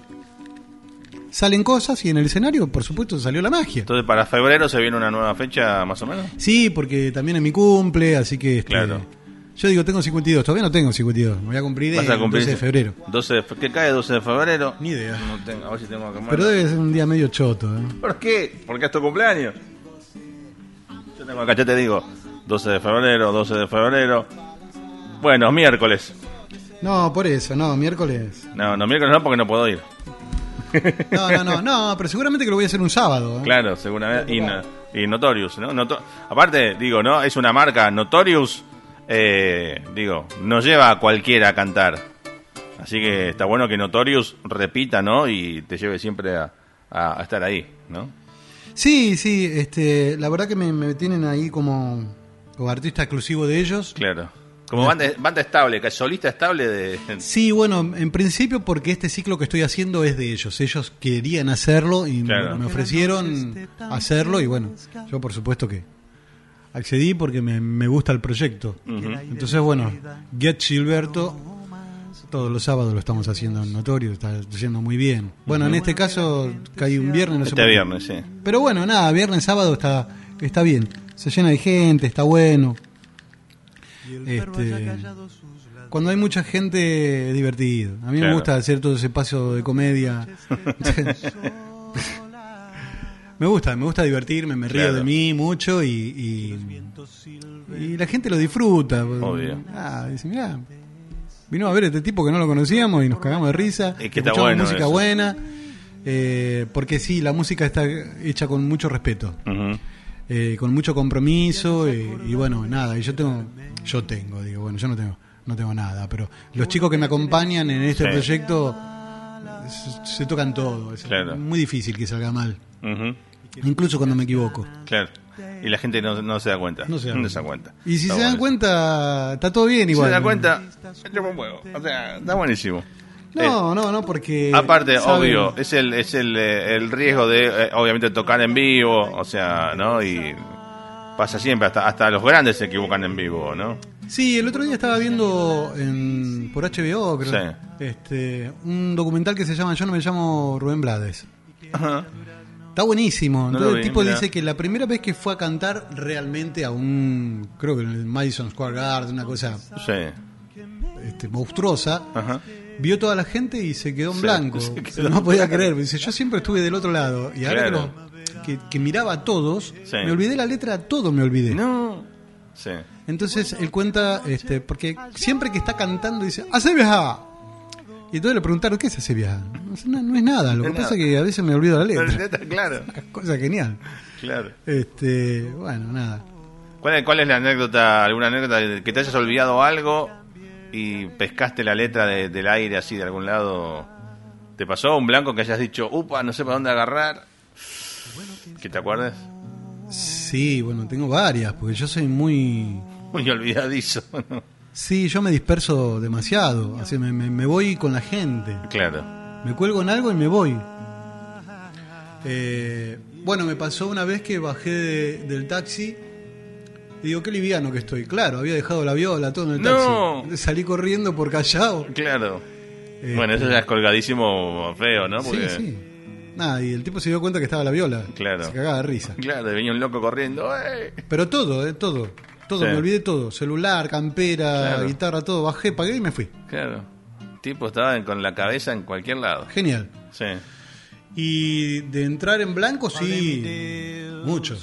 Salen cosas y en el escenario, por supuesto, salió la magia. Entonces, para febrero se viene una nueva fecha, más o menos. Sí, porque también es mi cumple, así que. Este, Claro. Yo digo, tengo cincuenta y dos, todavía no tengo cincuenta y dos, me voy a cumplir Vas el a cumplir doce de febrero. doce de fe- ¿Qué cae doce de febrero? Ni idea. No tengo, a ver si tengo acá. Pero debe ser un día medio choto, ¿eh? ¿Por qué? Porque es tu cumpleaños. Yo tengo acá, ya te digo, doce de febrero, doce de febrero. Bueno, miércoles. No, por eso, no, miércoles. No, no, miércoles no, porque no puedo ir. No, no, no, no, pero seguramente que lo voy a hacer un sábado. ¿eh? Claro, seguramente. Y, no- y Notorious, ¿no? Noto- Aparte, digo, ¿no? Es una marca, Notorious, eh, digo, no lleva a cualquiera a cantar. Así que está bueno que Notorious repita, ¿no? Y te lleve siempre a, a- a estar ahí, ¿no? Sí, sí, este, la verdad que me, me tienen ahí como, como artista exclusivo de ellos. Claro. Como banda, banda estable, solista estable de... Sí, bueno, en principio porque este ciclo que estoy haciendo es de ellos. Ellos querían hacerlo y Claro. me ofrecieron hacerlo y bueno, yo por supuesto que accedí porque me, me gusta el proyecto. Ujú. Entonces, bueno, Get Gilberto, todos los sábados lo estamos haciendo en Notorio, está yendo muy bien. Bueno, en este caso cae un viernes, no sé Este por qué. viernes, sí. Pero bueno, nada, viernes, sábado está, está bien. Se llena de gente, está bueno. Este, cuando hay mucha gente es divertido. A mí Claro. me gusta hacer todo ese paso de comedia. me gusta, me gusta divertirme, me río Claro. de mí mucho y, y, y la gente lo disfruta. Obvio. Ah, dice, mirá, vino a ver este tipo que no lo conocíamos y nos cagamos de risa. Es que está escuchamos bueno música eso. buena. Eh, porque sí, la música está hecha con mucho respeto. Ujú. Eh, con mucho compromiso eh, y bueno, nada, y yo tengo, yo tengo, digo, bueno, yo no tengo, no tengo nada, pero los chicos que me acompañan en este Sí. proyecto se, se tocan todo, es Claro. muy difícil que salga mal, Ujú. incluso cuando me equivoco. Claro. Y la gente no, no se da cuenta. No se da No cuenta. se da cuenta. Y si Está se dan bueno. cuenta, está todo bien Si igual. se da cuenta, yo me muevo. O sea, está buenísimo. No, no, no, porque... Aparte, saben- obvio, es el es el, eh, el riesgo de, eh, obviamente, tocar en vivo, o sea, ¿no? Y pasa siempre, hasta hasta los grandes se equivocan en vivo, ¿no? Sí, el otro día estaba viendo en, por H B O, creo, Sí. este, un documental que se llama Yo no me llamo Rubén Blades. Ajá. Está buenísimo. No Entonces lo el vi, tipo mirá. dice que la primera vez que fue a cantar realmente a un, creo que en el Madison Square Garden, una cosa Sí. este, monstruosa, Ajá. vio toda la gente y se quedó en Sí, blanco. se quedó no en podía blanco. creer. Dice, yo siempre estuve del otro lado y ahora Claro. que, lo- que, que miraba a todos, Sí. me olvidé la letra, todo me olvidé. No. Sí. Entonces él cuenta, este, porque siempre que está cantando dice, ¡hace viajar! Y entonces le preguntaron, ¿qué es hace viajar? No, no es nada, lo No que es pasa nada. es que a veces me olvido la Pero letra. neta, claro, Cosa genial. claro. Este, bueno, nada. ¿Cuál es, ¿Cuál es la anécdota, alguna anécdota de que te hayas olvidado algo y pescaste la letra de- del aire así de algún lado? ¿Te pasó un blanco que hayas dicho, upa, no sé para dónde agarrar? ¿Que te acuerdes? Sí, bueno, tengo varias, porque yo soy muy... Muy olvidadizo, ¿no? Sí, yo me disperso demasiado, así me, me, me voy con la gente, Claro. me cuelgo en algo y me voy. Eh, bueno, me pasó una vez que bajé de- del taxi y digo, qué liviano que estoy. Claro, había dejado la viola, todo en el taxi. No. Salí corriendo por Callao. Claro. Eh, Bueno, eso ya es colgadísimo feo, ¿no? Porque, Sí, sí. Nada, y el tipo se dio cuenta que estaba la viola. Claro. Se cagaba de risa. Claro, venía un loco corriendo. ¡eh! Pero todo, eh, todo. Todo, Sí. me olvidé todo. Celular, campera, Claro. guitarra, todo. Bajé, pagué y me fui. Claro. El tipo estaba en- con la cabeza en cualquier lado. Genial. Sí. Y de entrar en blanco, sí, mucho.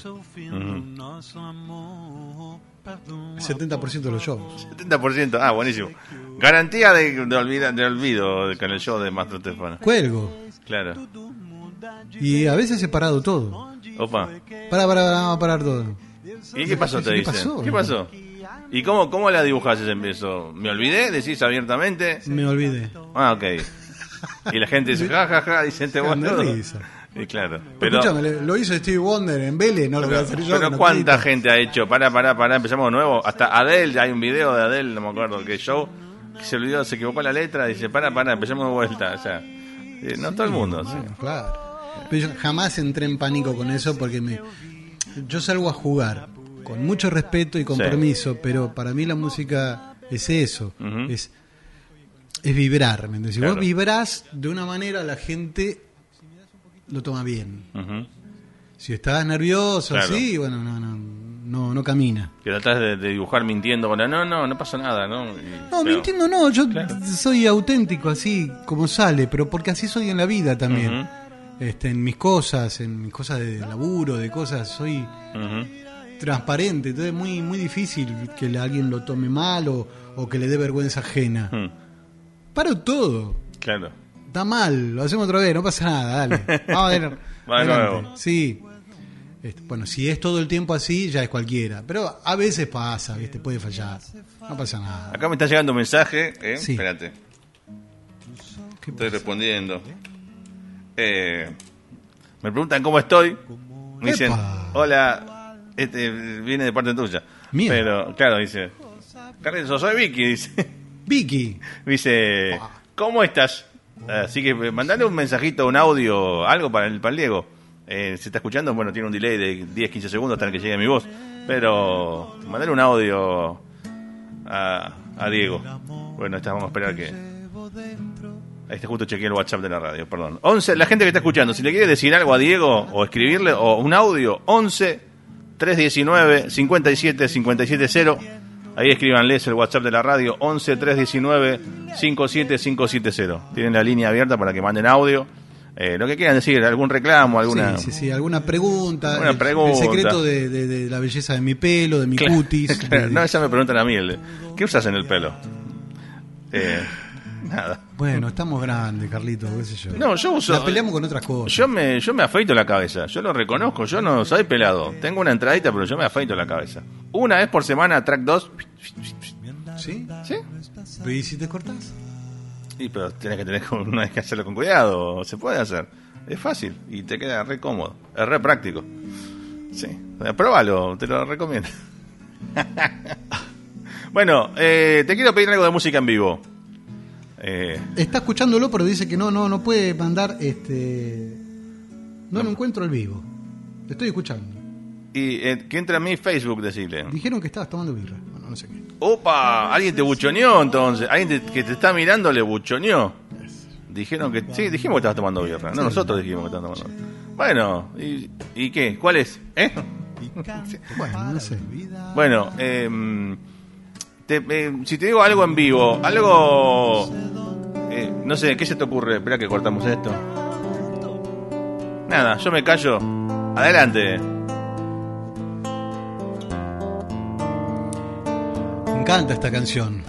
setenta por ciento de los shows. setenta por ciento. Ah, buenísimo. Garantía de, de, olvida- de olvido con el show de Mastro Estefano. Cuelgo. Claro. Y a veces he parado todo. Opa. Para, para, vamos a parar todo. ¿Y qué pasó, te ¿Qué dicen? pasó? ¿Qué pasó? ¿Y cómo, cómo la dibujás ese empiezo? ¿Me olvidé? ¿Decís abiertamente? Me olvidé. Ah, ok. Y la gente dice, ja, ja, ja, dice este Cagan de boludo. risa. Y claro. Pero, Escúchame, le- lo hizo Stevie Wonder en Vélez, no lo voy a hacer yo. pero que no ¿cuánta acredito. gente ha hecho? Pará, pará, pará, empezamos de nuevo. Hasta Adele, hay un video de Adele, no me acuerdo qué show, que se olvidó, se equivocó la letra, dice, pará, pará, empezamos de vuelta. O sea, eh, no todo el mundo. sí. Bueno, claro. Pero yo jamás entré en pánico con eso porque me, yo salgo a jugar con mucho respeto y compromiso, pero para mí la música es eso, Ujú. es, es vibrar. ¿Me entiendes? Si Claro. vos vibrás de una manera, la gente lo toma bien. Ujú. Si estás nervioso, Claro. así, bueno, no, no, no, no camina. Que tratás de, de dibujar mintiendo, bueno, no, no, no pasa nada, ¿no? Y- No, pero- mintiendo no, yo Claro. soy auténtico, así como sale, pero porque así soy en la vida también. Ujú. Este, en mis cosas, en mis cosas de laburo, de cosas, soy Ujú. transparente, entonces es muy, muy difícil que alguien lo tome mal o, o que le dé vergüenza ajena. Mm, Paro todo, Claro. está mal, lo hacemos otra vez, no pasa nada, dale. Vamos a ver. Va de adelante. nuevo. Sí. Este, bueno, si es todo el tiempo así, ya es cualquiera. Pero a veces pasa, ¿viste? Puede fallar. No pasa nada. Acá me está llegando un mensaje, ¿eh? Sí. Espérate, ¿Qué estoy pasa? respondiendo. Eh, me preguntan cómo estoy. Me dicen, ¡Epa! hola, este viene de parte tuya. Mía. Pero, claro, dice, Carlitos, soy Vicky, dice. Vicky. Dice, ¿cómo estás? Así que mandale un mensajito, un audio, algo para el, para el Diego. Eh, si está escuchando, bueno, tiene un delay de diez a quince segundos hasta que llegue mi voz. Pero mandale un audio a, a Diego. Bueno, esta, vamos a esperar que... Ahí está, justo chequeé el WhatsApp de la radio, perdón. once, la gente que está escuchando, si le quiere decir algo a Diego o escribirle, o un audio, once, trescientos diecinueve, cincuenta y siete, cincuenta y siete cero. Ahí escríbanles el WhatsApp de la radio, once, trescientos diecinueve, cincuenta y siete, cincuenta y siete cero. Tienen la línea abierta para que manden audio. Eh, lo que quieran decir, algún reclamo, alguna... Sí, sí, sí, alguna pregunta. Alguna el, pregunta. El secreto de, de, de la belleza de mi pelo, de mi Claro, cutis. claro. de- No, esa me preguntan a mí. el- ¿Qué usas en el pelo? Eh, nada. Bueno, estamos grandes, Carlito, qué sé yo. No, yo uso... La peleamos con otras cosas. Yo me, yo me afeito la cabeza, yo lo reconozco, yo no soy pelado. Tengo una entradita, pero yo me afeito la cabeza. Una vez por semana, track dos. ¿Sí? ¿Sí? Pero ¿y si te cortás? Y pero tenés que tener una vez que hacerlo con cuidado, se puede hacer. Es fácil y te queda re cómodo, es re práctico. Sí, pruébalo, te lo recomiendo. Bueno, eh, te quiero pedir algo de música en vivo. Eh, Está escuchándolo, pero dice que no, no, no puede mandar este. No lo encuentro al vivo. Te estoy escuchando. y eh, que entre a mi Facebook, decirle. Dijeron que estabas tomando birra. Bueno, no sé qué. Opa, alguien te buchoneó entonces. Alguien te- que te está mirando le buchoneó. Dijeron que... Sí, dijimos que estabas tomando birra. No, nosotros dijimos que estabas tomando birra. Bueno, ¿y, y qué? ¿Cuál es? ¿Eh? Bueno, no sé. Bueno, eh, te- eh, si te digo algo en vivo, algo... eh, no sé, ¿qué se te ocurre? Espera que cortamos esto. Nada, yo me callo. Adelante. Me encanta esta canción.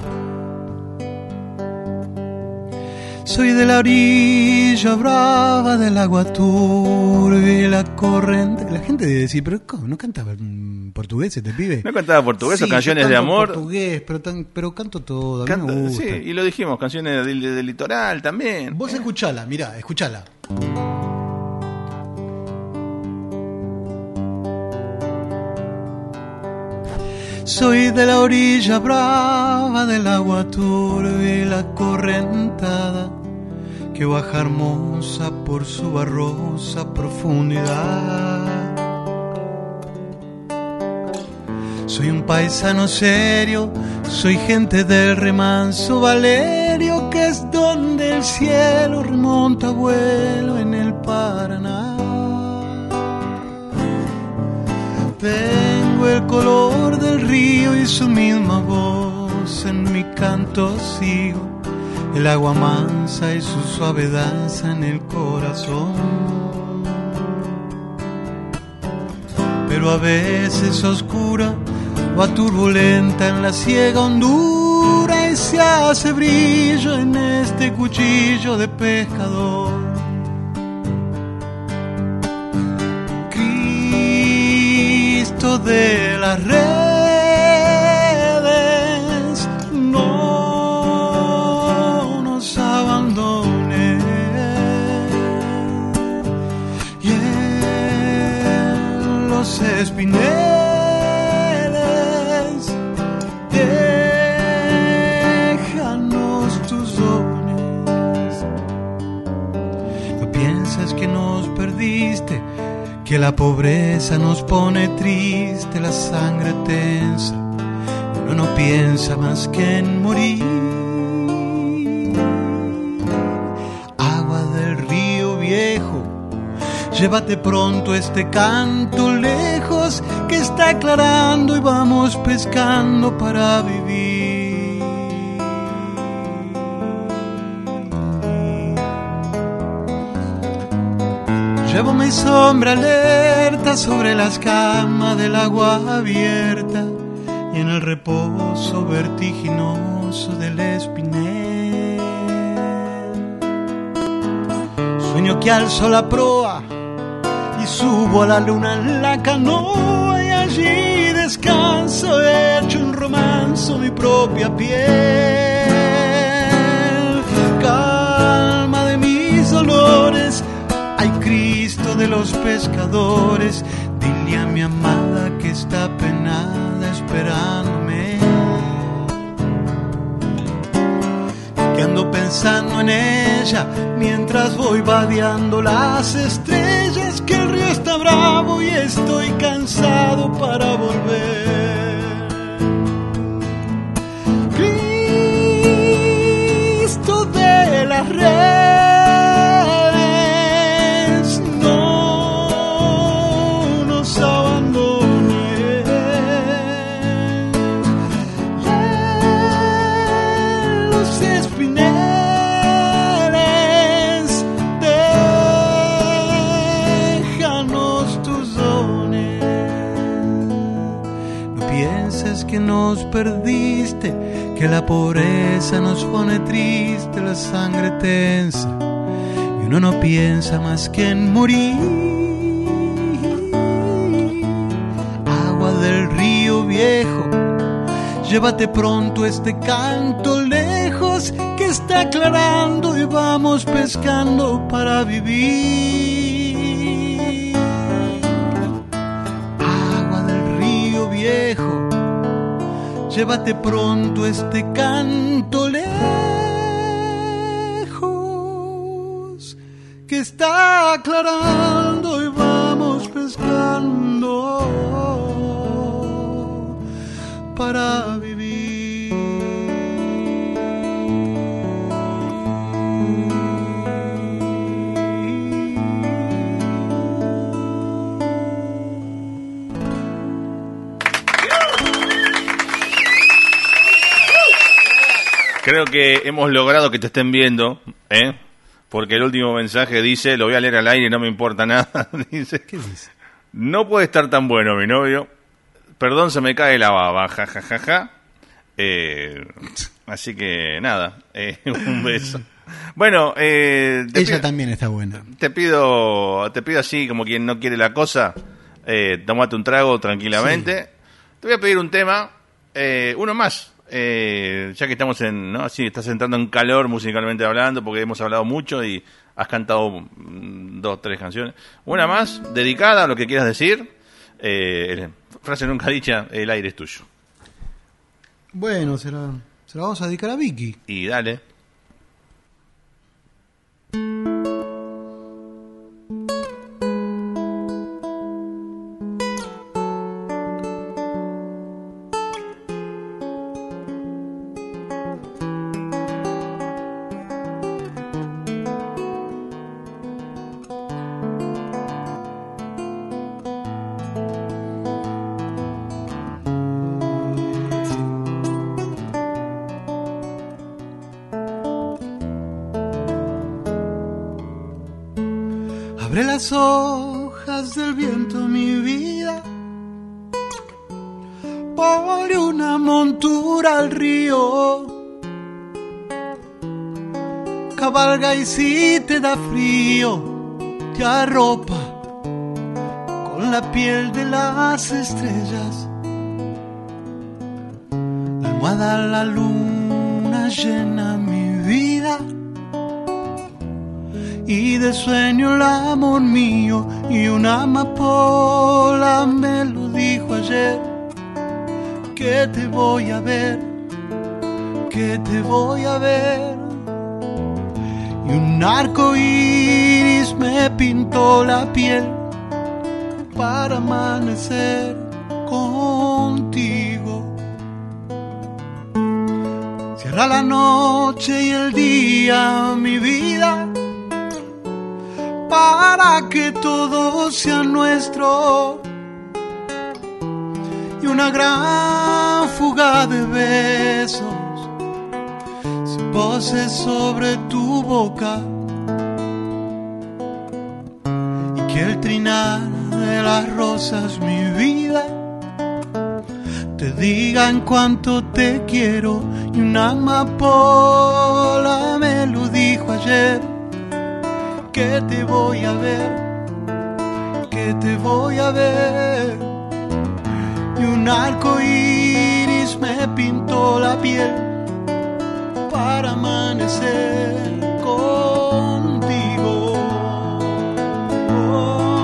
Soy de la orilla brava del agua turbia y la corriente. La gente debe decir, pero ¿cómo? ¿No cantaba en portugués este pibe? ¿No cantaba portugués o Sí, canciones yo de canto amor? portugués, pero, tan- pero canto todo, a mí Canta- me gusta. sí, y lo dijimos, canciones del, del litoral también. Vos escuchala, mirá, escuchala. Soy de la orilla brava del agua turbia y la correntada que baja hermosa por su barrosa profundidad. Soy un paisano serio, soy gente del remanso Valerio, que es donde el cielo remonta vuelo en el Paraná. Tengo el color del río y su misma voz, en mi canto sigo el agua mansa y su suave danza en el corazón. Pero a veces oscura va turbulenta en la ciega hondura y se hace brillo en este cuchillo de pescador. Cristo de las redes, no nos abandones. Y en los espineles, déjanos tus dones. No pienses que nos perdiste, que la pobreza nos pone triste, la sangre tensa. Uno no piensa más que en morir. Agua del río viejo, llévate pronto este canto lejos, que está aclarando y vamos pescando para vivir. Llevo mi sombra alerta sobre las camas del agua abierta y en el reposo vertiginoso del espinel. Sueño que alzo la proa y subo a la luna en la canoa y allí descanso hecho un romanzo mi propia piel. Calma de mis dolores, ay Cristo de los pescadores. Dile a mi amada que está penada esperándome, que ando pensando en ella mientras voy vadeando las estrellas, que el río está bravo y estoy cansado para volver. Cristo de las redes, no nos abandones. Los espineles, déjanos tus dones. No pienses que nos perdiste, que la pobreza nos pone triste, la sangre tensa, y uno no piensa más que en morir. Agua del río viejo, llévate pronto este canto lejos, que está aclarando y vamos pescando para vivir. Agua del río viejo, llévate pronto este canto lejos, que está aclarando y vamos pescando para vivir. Creo que hemos logrado que te estén viendo, ¿eh? Porque el último mensaje dice, lo voy a leer al aire, no me importa nada. Dice, ¿Qué dice? no puede estar tan bueno mi novio. Perdón, se me cae la baba, ja, ja, ja, ja. Eh, así que nada, eh, un beso. Bueno, eh, te Ella pido, también está buena. te pido, te pido así como quien no quiere la cosa, eh, tomate un trago tranquilamente. Sí. Te voy a pedir un tema, eh, uno más. Eh, ya que estamos en, ¿no? Sí, estás entrando en calor musicalmente hablando, porque hemos hablado mucho y has cantado mm, dos, tres canciones. Una más, dedicada a lo que quieras decir. Eh, frase nunca dicha, el aire es tuyo. Bueno, se la, se la vamos a dedicar a Vicky. Y dale. Abre las hojas del viento, mi vida, ponle una montura al río, cabalga y si te da frío, te arropa con la piel de las estrellas, la almohada, la luna llena mi vida, y de sueño el amor mío, y una amapola me lo dijo ayer, que te voy a ver, que te voy a ver, y un arco iris me pintó la piel para amanecer contigo. Cierra la noche y el día, mi vida, para que todo sea nuestro, y una gran fuga de besos se pose sobre tu boca, y que el trinar de las rosas, mi vida, te digan cuánto te quiero, y una amapola me lo dijo ayer, que te voy a ver, que te voy a ver, y un arco iris me pintó la piel para amanecer contigo. Oh.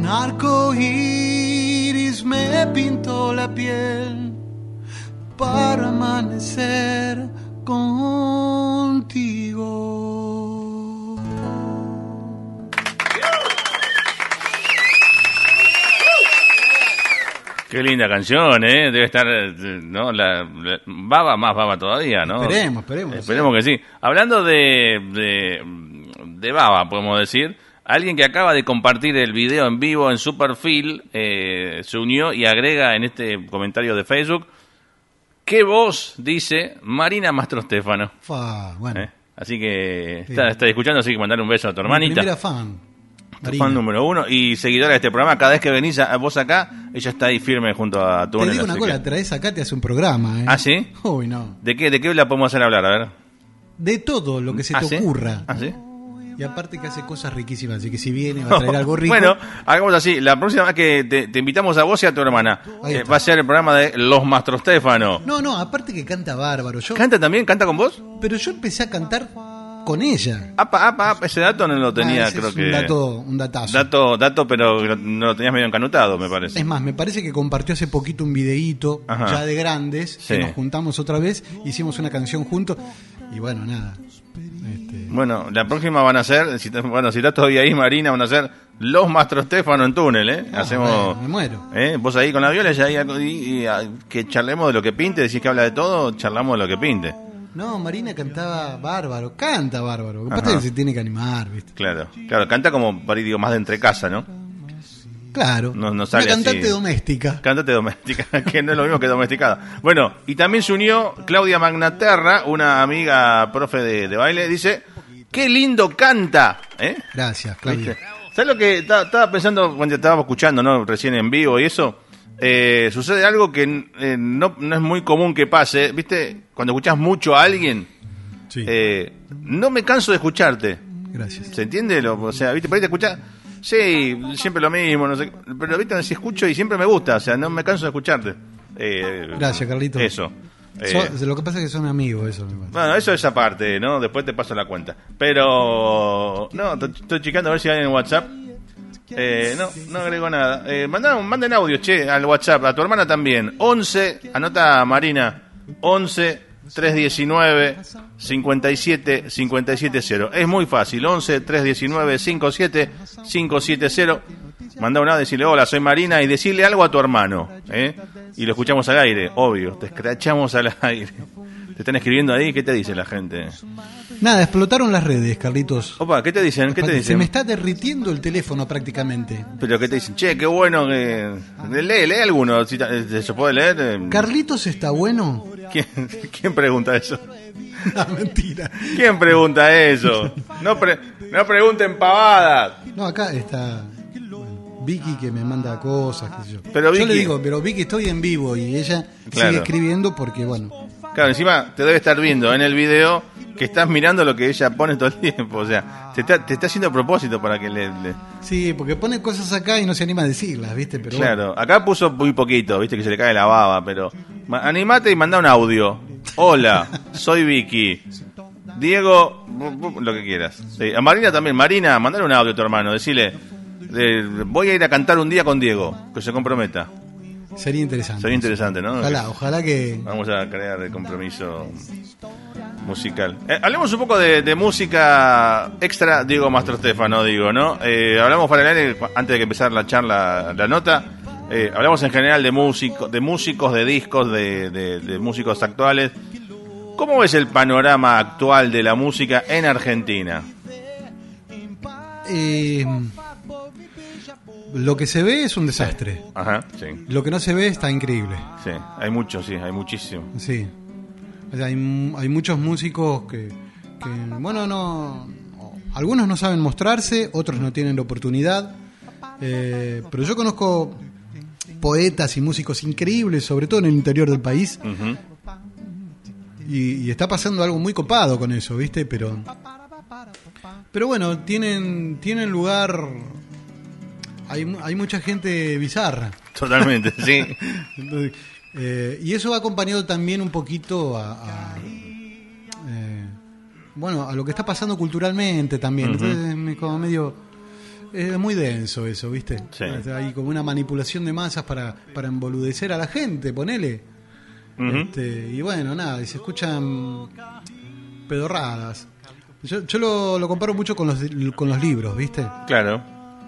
arco iris me pintó la piel para amanecer contigo. Qué linda canción, ¿eh? Debe estar, ¿no? La, la baba, más baba todavía, ¿no? Esperemos, esperemos. Esperemos que sí. Hablando de, de, de baba, podemos decir, alguien que acaba de compartir el video en vivo en su perfil, eh, se unió y agrega en este comentario de Facebook, ¿qué voz dice Marina Mastrostéfano? Fa, bueno. ¿Eh? Así que Sí. está, está escuchando, así que mandarle un beso a tu Mi hermanita. primera fan. Tu Marina. fan número uno y seguidora de este programa. Cada vez que venís a, a vos acá, ella está ahí firme junto a tu Te digo una cosa, la traes acá, te hace un programa, ¿eh? ¿Ah, sí? Uy, no. ¿De qué, ¿De qué la podemos hacer hablar? A ver. De todo lo que se ¿Ah, te sí? ocurra. ¿Ah, sí? Y aparte que hace cosas riquísimas, así que si viene va a traer algo rico. Bueno, hagamos así. La próxima vez que te, te invitamos a vos y a tu hermana, Ahí eh, está. va a ser el programa de Los Mastrostéfano. No, no, aparte que canta bárbaro. Yo, ¿Canta también? ¿Canta con vos? pero yo empecé a cantar con ella. Apa, apa, apa. Ese dato no lo tenía, Ah, ese creo es que... un dato, un datazo. Dato, dato, pero no no lo tenías medio encanutado, me parece. Es más, me parece que compartió hace poquito un videíto, Ajá. ya de grandes, Sí. que nos juntamos otra vez, hicimos una canción juntos, y bueno, nada. Este, Bueno, la próxima van a ser, si, te- bueno, si estás todavía ahí, Marina, van a ser Los Mastrostéfano en túnel, ¿eh? ah, Hacemos... bueno, me muero. ¿Eh? Vos ahí con la viola y, ahí, y, y, a- que charlemos de lo que pinte, decís que habla de todo, charlamos de lo que pinte. No, Marina cantaba bárbaro, canta bárbaro. Lo que pasa Ajá. es que se tiene que animar, ¿viste? Claro, claro, canta como, por ahí digo, más de entre casa, ¿no? Claro. No- no sale una cantante así. doméstica. Cántate doméstica, que no es lo mismo que domesticada. Bueno, y también se unió Claudia Magnaterra, una amiga profe de, de baile, dice, ¡qué lindo canta! ¿Eh? Gracias, Claudia. ¿Viste? ¿Sabes lo que ta- estaba pensando cuando estábamos escuchando, no, recién en vivo y eso? Eh, sucede algo que eh, no, no es muy común que pase, ¿viste? Cuando escuchás mucho a alguien, Sí, eh, no me canso de escucharte. gracias. ¿Se entiende? Lo, o sea, ¿viste? Por ahí te escuchás, sí, siempre lo mismo, no sé, pero ¿viste? Si escucho y siempre me gusta, o sea, no me canso de escucharte. Eh, Gracias, Carlito. Eso. Eh, So- lo que pasa es que son amigos, eso me pasa. bueno, eso es aparte, ¿no? Después te paso la cuenta. Pero, no, t- estoy checando a ver si hay en WhatsApp. Eh, no, no agrego nada. Eh, mandan, manden audio, che, al WhatsApp, a tu hermana también. once, anota Marina, once, trescientos diecinueve, cincuenta y siete, cincuenta y siete cero. Es muy fácil, once, trescientos diecinueve, cincuenta y siete, cincuenta y siete cero. Manda un audio, decirle, hola, soy Marina, y decirle algo a tu hermano, ¿eh? Y lo escuchamos al aire, obvio, te escrachamos al aire. Te están escribiendo ahí, ¿qué te dice la gente? Nada, explotaron las redes, Carlitos. Opa, ¿qué te dicen? ¿Qué te Se dicen? me está derritiendo el teléfono prácticamente. Pero ¿qué te dicen? Che, qué bueno que... Lee, lee alguno, si ta- se puede leer. eh. ¿Carlitos está bueno? ¿Quién, ¿Quién pregunta eso? No, mentira. ¿Quién pregunta eso? No, pre- no pregunten pavadas. No, acá está bueno, Vicky que me manda cosas, qué sé yo. Pero yo le Vicky- digo, pero Vicky estoy en vivo y ella Claro. sigue escribiendo porque, bueno, Claro, encima te debe estar viendo en el video que estás mirando lo que ella pone todo el tiempo. O sea, te está, te está haciendo a propósito para que le... le- sí, porque pone cosas acá y no se anima a decirlas, ¿viste? Pero bueno. Claro, acá puso muy poquito, viste que se le cae la baba, pero... ma- Animate y manda un audio. Hola, soy Vicky. Diego, bu- bu- lo que quieras. Sí, a Marina también. Marina, mandale un audio a tu hermano. Decile, eh, voy a ir a cantar un día con Diego. Que se comprometa. Sería interesante. Sería interesante, ¿no? Ojalá, ojalá que... Vamos a crear el compromiso musical. Eh, hablemos un poco de, de música extra, Diego Mastrostéfano, digo, ¿no? Eh, hablamos para el aire, antes de que empezar la charla, la nota. Eh, hablamos en general de músicos, de músicos, de discos, de, de, de músicos actuales. ¿Cómo ves el panorama actual de la música en Argentina? Eh, lo que se ve es un desastre. Ajá, sí, Lo que no se ve está increíble. sí. Hay mucho, sí, hay muchísimo. Sí. O sea, hay, mu- hay muchos músicos que, que, bueno, no... Algunos no saben mostrarse, otros no tienen la oportunidad. Eh, pero yo conozco poetas y músicos increíbles, sobre todo en el interior del país. Ujú. Y, y está pasando algo muy copado con eso, ¿viste? Pero pero bueno, tienen tienen lugar. Hay, mu- hay mucha gente bizarra. Totalmente, sí. Entonces, eh, y eso va acompañado también un poquito a, a, eh, bueno, a lo que está pasando culturalmente también. Ujú. Entonces es como medio Es muy denso eso, ¿viste? Sí. Hay como una manipulación de masas para, para emboludecer a la gente, ponele. Ujú. Este, y bueno, nada, y se escuchan pedorradas. Yo, yo lo, lo comparo mucho con los, con los libros, ¿viste? Claro.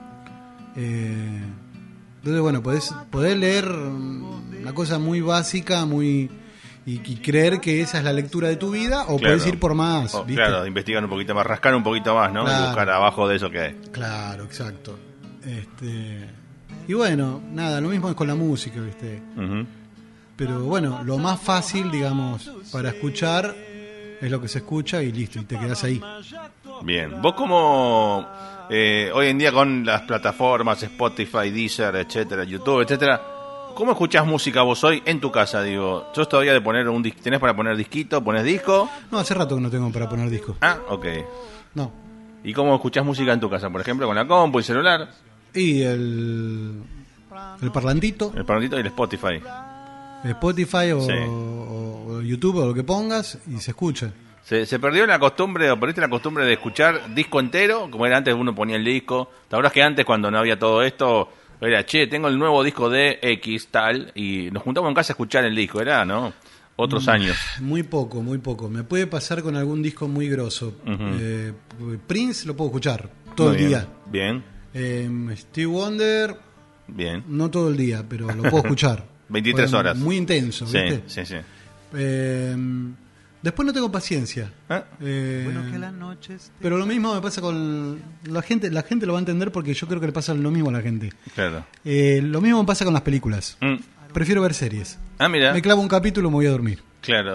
Eh, entonces, bueno, podés, podés leer una cosa muy básica, muy y, y creer que esa es la lectura de tu vida, o Claro. podés ir por más, O, ¿viste? claro, investigar un poquito más, rascar un poquito más, ¿no? Claro. Y buscar abajo de eso que hay. Claro, exacto. Este, y bueno, nada, lo mismo es con la música, ¿viste? Ujú. Pero bueno, lo más fácil, digamos, para escuchar es lo que se escucha y listo, y te quedás ahí. Bien. Vos como eh, hoy en día con las plataformas Spotify, Deezer, etcétera, YouTube, etcétera, ¿cómo escuchás música vos hoy en tu casa? Digo, ¿sos todavía de poner un dis- tenés para poner disquito, pones disco? No, hace rato que no tengo para poner disco. Ah, ok. No. ¿Y cómo escuchás música en tu casa? Por ejemplo, con la compu y celular, Y el, el parlantito, el parlantito y el Spotify. Spotify o, Sí. o- o YouTube o lo que pongas y se escucha. Se, se perdió la costumbre, o perdiste la costumbre de escuchar disco entero, como era antes, uno ponía el disco. ¿Te acuerdas que antes, cuando no había todo esto, era, che, tengo el nuevo disco de X, tal, y nos juntamos en casa a escuchar el disco, era, ¿no? Otros años. Muy poco, muy poco. Me puede pasar con algún disco muy grosso. Ujú. Eh, Prince lo puedo escuchar todo Muy el bien. día. Bien, Eh, Steve Wonder, bien. no todo el día, pero lo puedo escuchar. veintitrés Porque horas. Muy intenso, Sí, ¿viste? sí, sí. Eh, después no tengo paciencia. Ah, Eh, Bueno, que la noche esté pero lo mismo me pasa con la gente. La gente lo va a entender porque yo creo que le pasa lo mismo a la gente. claro. Eh, lo mismo me pasa con las películas. Mm. Prefiero ver series. Ah, mira, Me clavo un capítulo y me voy a dormir. claro.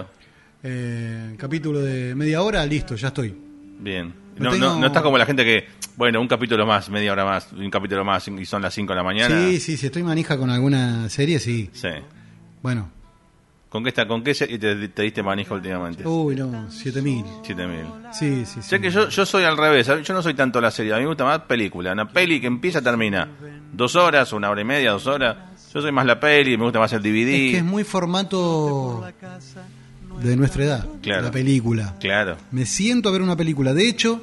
Eh, capítulo de media hora, listo, ya estoy. Bien. No No, tengo- no, no estás como la gente que, bueno, un capítulo más, media hora más, un capítulo más, y son las cinco de la mañana. Sí, sí, si estoy manija con alguna serie, sí. Sí. Bueno, ¿Con qué, está, con qué serie te, te diste manija últimamente? uy, no, siete mil. siete mil. Sí, sí, sí. Sé que yo, yo soy al revés, ¿sabes? Yo no soy tanto la serie, a mí me gusta más película. Una peli que empieza, termina. Dos horas, una hora y media, dos horas. Yo soy más la peli, me gusta más el D V D. Es que es muy formato de nuestra edad, Claro. la película. Claro. Me siento a ver una película. De hecho,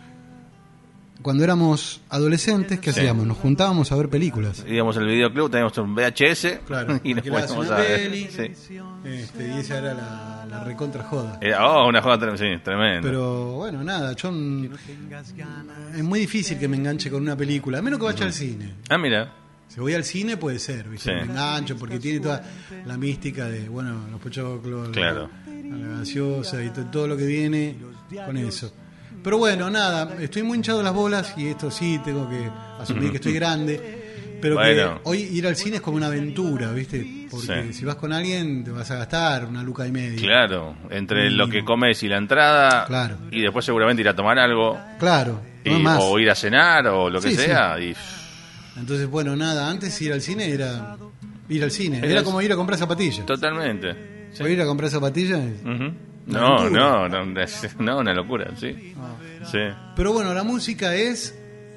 cuando éramos adolescentes, ¿qué Sí. hacíamos? Nos juntábamos a ver películas. Íbamos al videoclub, teníamos un V H S Claro, y nos alquilabas poníamos una a ver. peli. Sí. Este, y esa era la, la recontra joda. Era, oh, una joda trem- sí, tremenda. Pero bueno, nada, yo mm, es muy difícil que me enganche con una película, a menos que vaya al cine. Ah, mira. Si voy al cine puede ser, ¿viste? Sí. Me engancho porque tiene toda la mística de, bueno, los pochoclos, la- Claro. la gaseosa y to- todo lo que viene con eso. Pero bueno, nada, estoy muy hinchado de las bolas y esto sí, tengo que asumir que estoy grande. Pero Bueno. que hoy ir al cine es como una aventura, ¿viste? Porque Sí. si vas con alguien te vas a gastar una luca y media. Claro, entre Mm. lo que comes y la entrada. Claro. Y después seguramente ir a tomar algo. Claro, no y- es más. o ir a cenar o lo que Sí, sea. Y, Entonces, bueno, nada, antes ir al cine era ir al cine. Era- Era como ir a comprar zapatillas. totalmente. Sí. O ir a comprar zapatillas. Ujú. Una No, aventura. no, no, es- no, una locura, sí. Sí. Pero bueno, la música es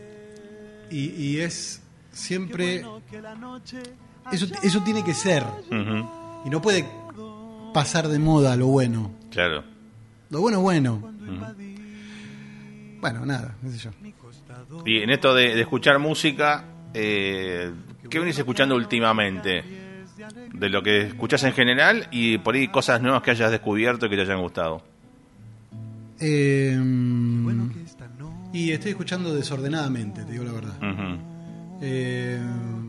y, y es siempre eso, eso tiene que ser Ujú. y no puede pasar de moda lo bueno. Claro. Lo bueno es bueno. Bueno, nada, qué sé yo. Y en esto de, de escuchar música, eh, ¿qué venís escuchando últimamente? De lo que escuchás en general y por ahí cosas nuevas que hayas descubierto y que te hayan gustado. Eh, y estoy escuchando desordenadamente, te digo la verdad. Ujú. Eh,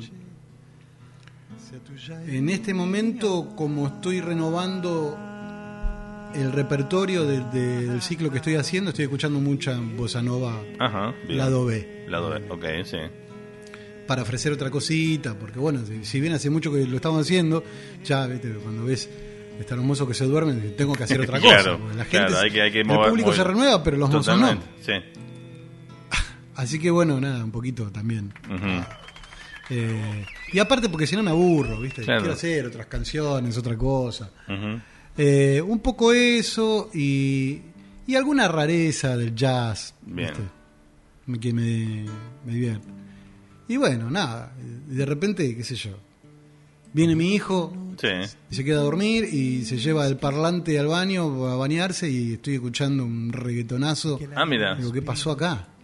en este momento, como estoy renovando el repertorio de- de- del ciclo que estoy haciendo, estoy escuchando mucha bossa nova Ajá. bien. lado B, Lado B, ok, sí. para ofrecer otra cosita, porque bueno, si, si bien hace mucho que lo estamos haciendo, ya ¿viste? Cuando ves este hermoso que se duermen, tengo que hacer otra Claro, cosa. porque la gente, claro, hay que- hay que el mover- público se mover- renueva, pero los mozos no. Totalmente, sí. Así que bueno, nada, un poquito también. Ujú. Eh, y aparte porque si no me aburro, ¿viste? Claro. Quiero hacer otras canciones, otra cosa. Ujú. Eh, un poco eso y, y alguna rareza del jazz, Bien. ¿viste? Me- que me, me divierte. Y bueno, nada, y de repente, qué sé yo, viene mi hijo Sí. y se queda a dormir y se lleva el parlante al baño a bañarse y estoy escuchando un reggaetonazo. Ah, mira. Digo, ¿qué pasó acá?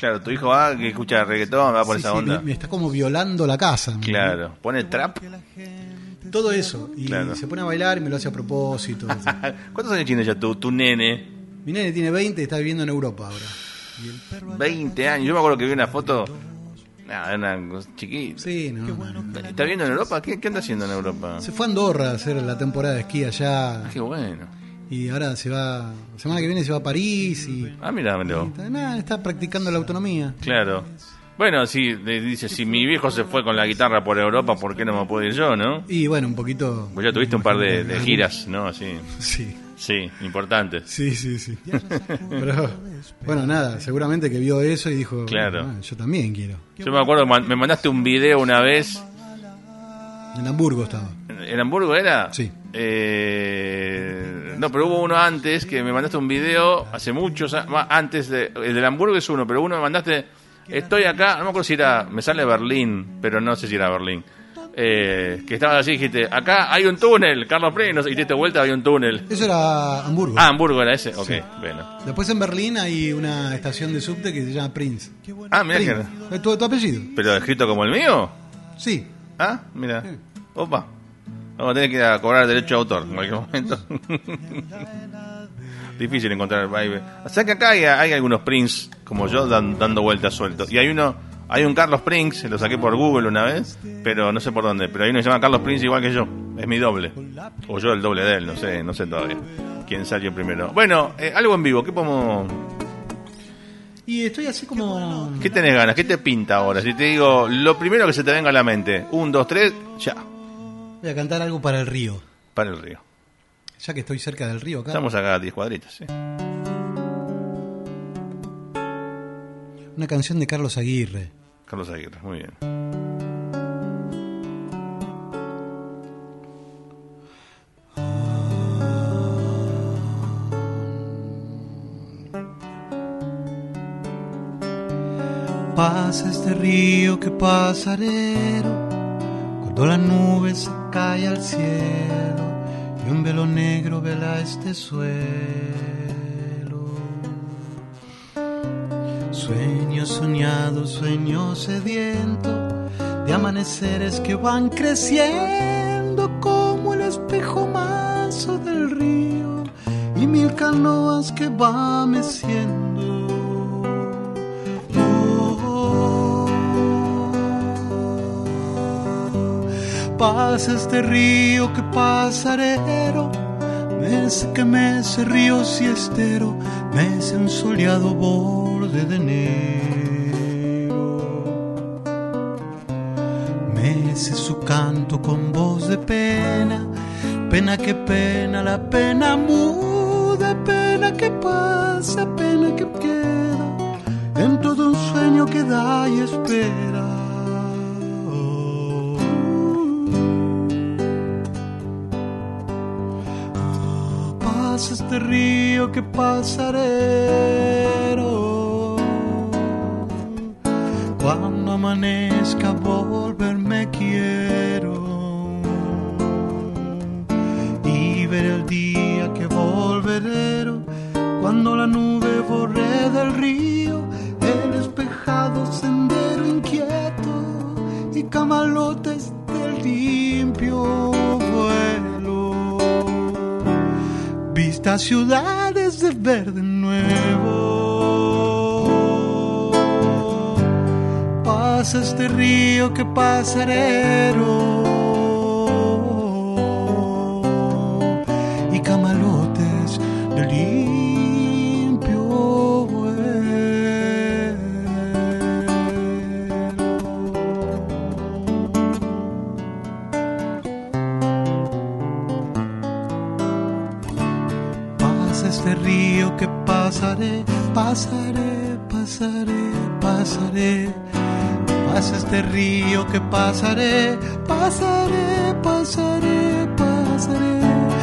Claro, tu hijo va, que escucha reggaetón, va por Sí, esa sí, onda. me, me está como violando la casa. Claro, pone trap. Todo eso. Y Claro. se pone a bailar y me lo hace a propósito. ¿Cuántos años tiene ya tu, tu nene? Mi nene tiene veinte y está viviendo en Europa ahora. Y el- veinte años. Yo me acuerdo que vi una foto. Nada, una cosa chiquita. Sí, no, no, no. ¿Está viendo en Europa? ¿Qué, ¿Qué anda haciendo en Europa? Se fue a Andorra a hacer la temporada de esquí allá. Qué bueno. Y ahora se va. La semana que viene se va a París. Y, Ah, mira, y está, nada, está practicando la autonomía. claro. Bueno, sí, le dice, si mi viejo se fue con la guitarra por Europa, ¿por qué no me puedo ir yo, no? Y bueno, un poquito. Pues ya tuviste un par de, de giras, ¿no? Así, Sí, sí, importantes. sí, sí, sí. Pero bueno, nada, seguramente que vio eso y dijo: Claro. "Bueno, yo también quiero". Yo me acuerdo, man- me mandaste un video una vez. En Hamburgo estaba. ¿En Hamburgo era? Sí. Eh, no, pero hubo uno antes que me mandaste un video hace muchos a- más antes de. El del Hamburgo es uno, pero uno me mandaste. Estoy acá, no me acuerdo si era. Me sale Berlín, pero no sé si era Berlín. Eh, que estabas así, dijiste: acá hay un túnel, Carlos Prince. Y te diste vuelta, había un túnel. Eso era Hamburgo. Ah, Hamburgo era ese. Ok, Sí. bueno. Después en Berlín hay una estación de subte que se llama Prince. Ah, mira Prince. que. ¿Es tu, tu apellido? ¿Pero escrito como el mío? Sí. Ah, mira. Opa. Vamos a tener que ir a cobrar derecho de autor en cualquier momento. Difícil encontrar. O sea que acá hay, hay algunos Prince como yo dan- dando vueltas sueltos. Y hay uno, hay un Carlos Prince, lo saqué por Google una vez, pero no sé por dónde. Pero hay uno que se llama Carlos Prince igual que yo. Es mi doble. O yo el doble de él, no sé, no sé todavía. ¿Quién salió primero? Bueno, eh, algo en vivo, ¿qué podemos...? Y estoy así como. ¿Qué tenés ganas? ¿Qué te pinta ahora? Si te digo, lo primero que se te venga a la mente. Un, dos, tres, ya. Voy a cantar algo para el río. Para el río. Ya que estoy cerca del río acá. Estamos acá a diez cuadritas, sí. Una canción de Carlos Aguirre. Carlos Aguirre, muy bien. Pasa este río que pasarero, cuando la nube se cae al cielo y un velo negro vela este suelo. Sueño soñado, sueño sediento, de amaneceres que van creciendo como el espejo manso del río y mil canoas que va meciendo. Pasa este río que pasarero, mece que mece río siestero, mece un soleado borde de enero. Mece su canto con voz de pena, pena que pena, la pena muda, pena que pasa, pena que queda, en todo un sueño que da y espera. Pasa este río que pasarero, cuando amanezca volverme quiero y ver el día que volveré, cuando la nube borre del río el espejado sendero inquieto y camalotes del limpio vuelo. Vista ciudades de verde nuevo. Pasa este río que pasarero y camalotes de limpio vuelo. Pasa este río que pasaré, pasaré, pasaré, pasaré. Pasa este río que pasaré, pasaré, pasaré, pasaré.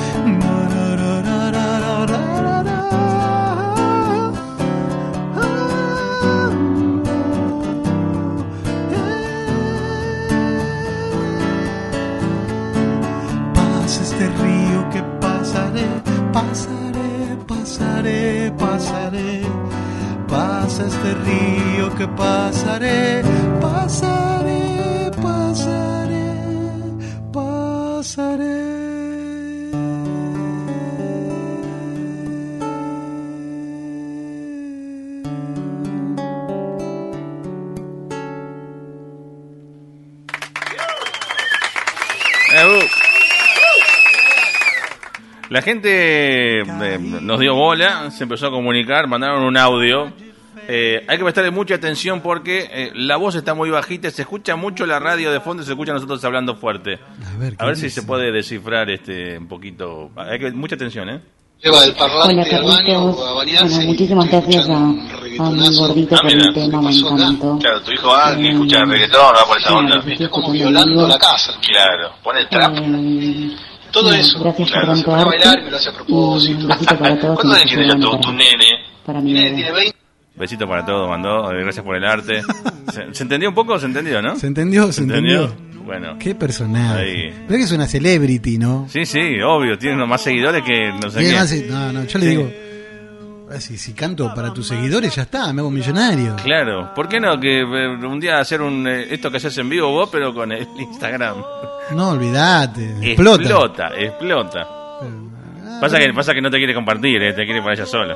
Pasa este río que pasaré, pasaré, pasaré, pasaré. Pasa cruza este río que pasaré, pasaré, pasaré, pasaré. La gente eh, nos dio bola, se empezó a comunicar, mandaron un audio. Eh, hay que prestarle mucha atención porque eh, la voz está muy bajita, se escucha mucho la radio de fondo y se escucha a nosotros hablando fuerte. A ver, a ver si se puede descifrar este un poquito. Hay que mucha atención, ¿eh? Lleva el parlante Hola, al baño Carlitos. a bañarse. Bueno, muchísimas gracias a, a mi gordito Ah, por mira. el tema, me encantó. Claro, tu hijo va, que escucha reggaetón, va por esa Sí, onda. lo que estoy Como escuchando violando en la vivo. casa. Claro, pone el trap. Eh, Todo bueno, eso. Gracias Claro, por se tanto pone a bailar, arte. me lo hace a Y propósito. un besito para todos. ¿Cuántos y años tiene ya muchísimas tu, tu gracias nene? para mi Tiene, bebé. tiene veinte. Besito para todos, mandó. eh, Gracias por el arte. ¿Se, se entendió un poco? ¿Se entendió, no? ¿Se entendió? ¿Se entendió? Bueno. Qué personaje. Ahí. Pero que es una celebrity, ¿no? Sí, sí, obvio. Tiene unos más seguidores que no sé Tiene qué. más- no, no, yo le Sí. digo, ah, si, si canto para tus seguidores ya está, me hago millonario. Claro. ¿Por qué no? Que eh, un día hacer un eh, esto que haces en vivo vos, pero con el Instagram. No, olvídate, explota. Explota, explota. Ah, Pasa que, pasa que no te quiere compartir, eh, te quiere para ella sola.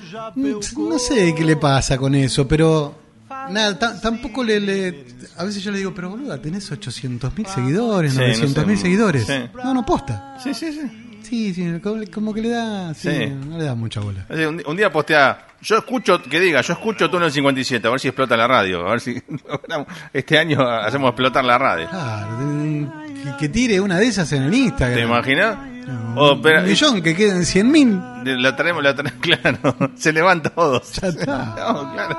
No sé qué le pasa con eso, pero nada, ta- tampoco le, le- A veces yo le digo, pero boluda, tenés ochocientos mil seguidores, Sí, no novecientos mil sé. seguidores. Sí. No, no, posta. Sí, sí, sí. Sí, sí, como, como que le da. Sí, Sí. no le da mucha bola. Así, Un, un día postea, yo escucho, que diga, yo escucho Túnel cincuenta y siete, a ver si explota la radio, a ver si logramos- este año hacemos explotar la radio. Claro, que, que tire una de esas en el Instagram. ¿Te imaginas? Un Oh, pero- millón, que queden cien mil. La traemos, la traemos, claro, se le van todos. Ya está. No, claro.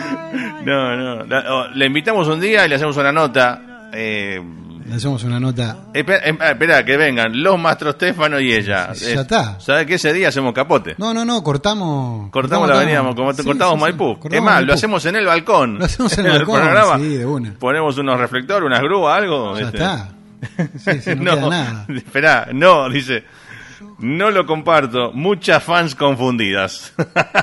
No, no. La, oh, le invitamos un día y le hacemos una nota. Eh, Le hacemos una nota. espera, eh, espera, que vengan los Mastro Stefano y ella. Ya está. ¿Sabes qué? Ese día hacemos capote. No, no, no, cortamos. Cortamos la avenida, como Sí, cortamos sí, sí, Maipú. cortamos es más, Maipú. lo hacemos en el balcón. Lo hacemos en el balcón, programa. sí, de una. Ponemos unos reflectores, unas grúas, algo. Ya este. está. Sí, sí, no, queda nada. Esperá, no, dice. No lo comparto. Muchas fans confundidas.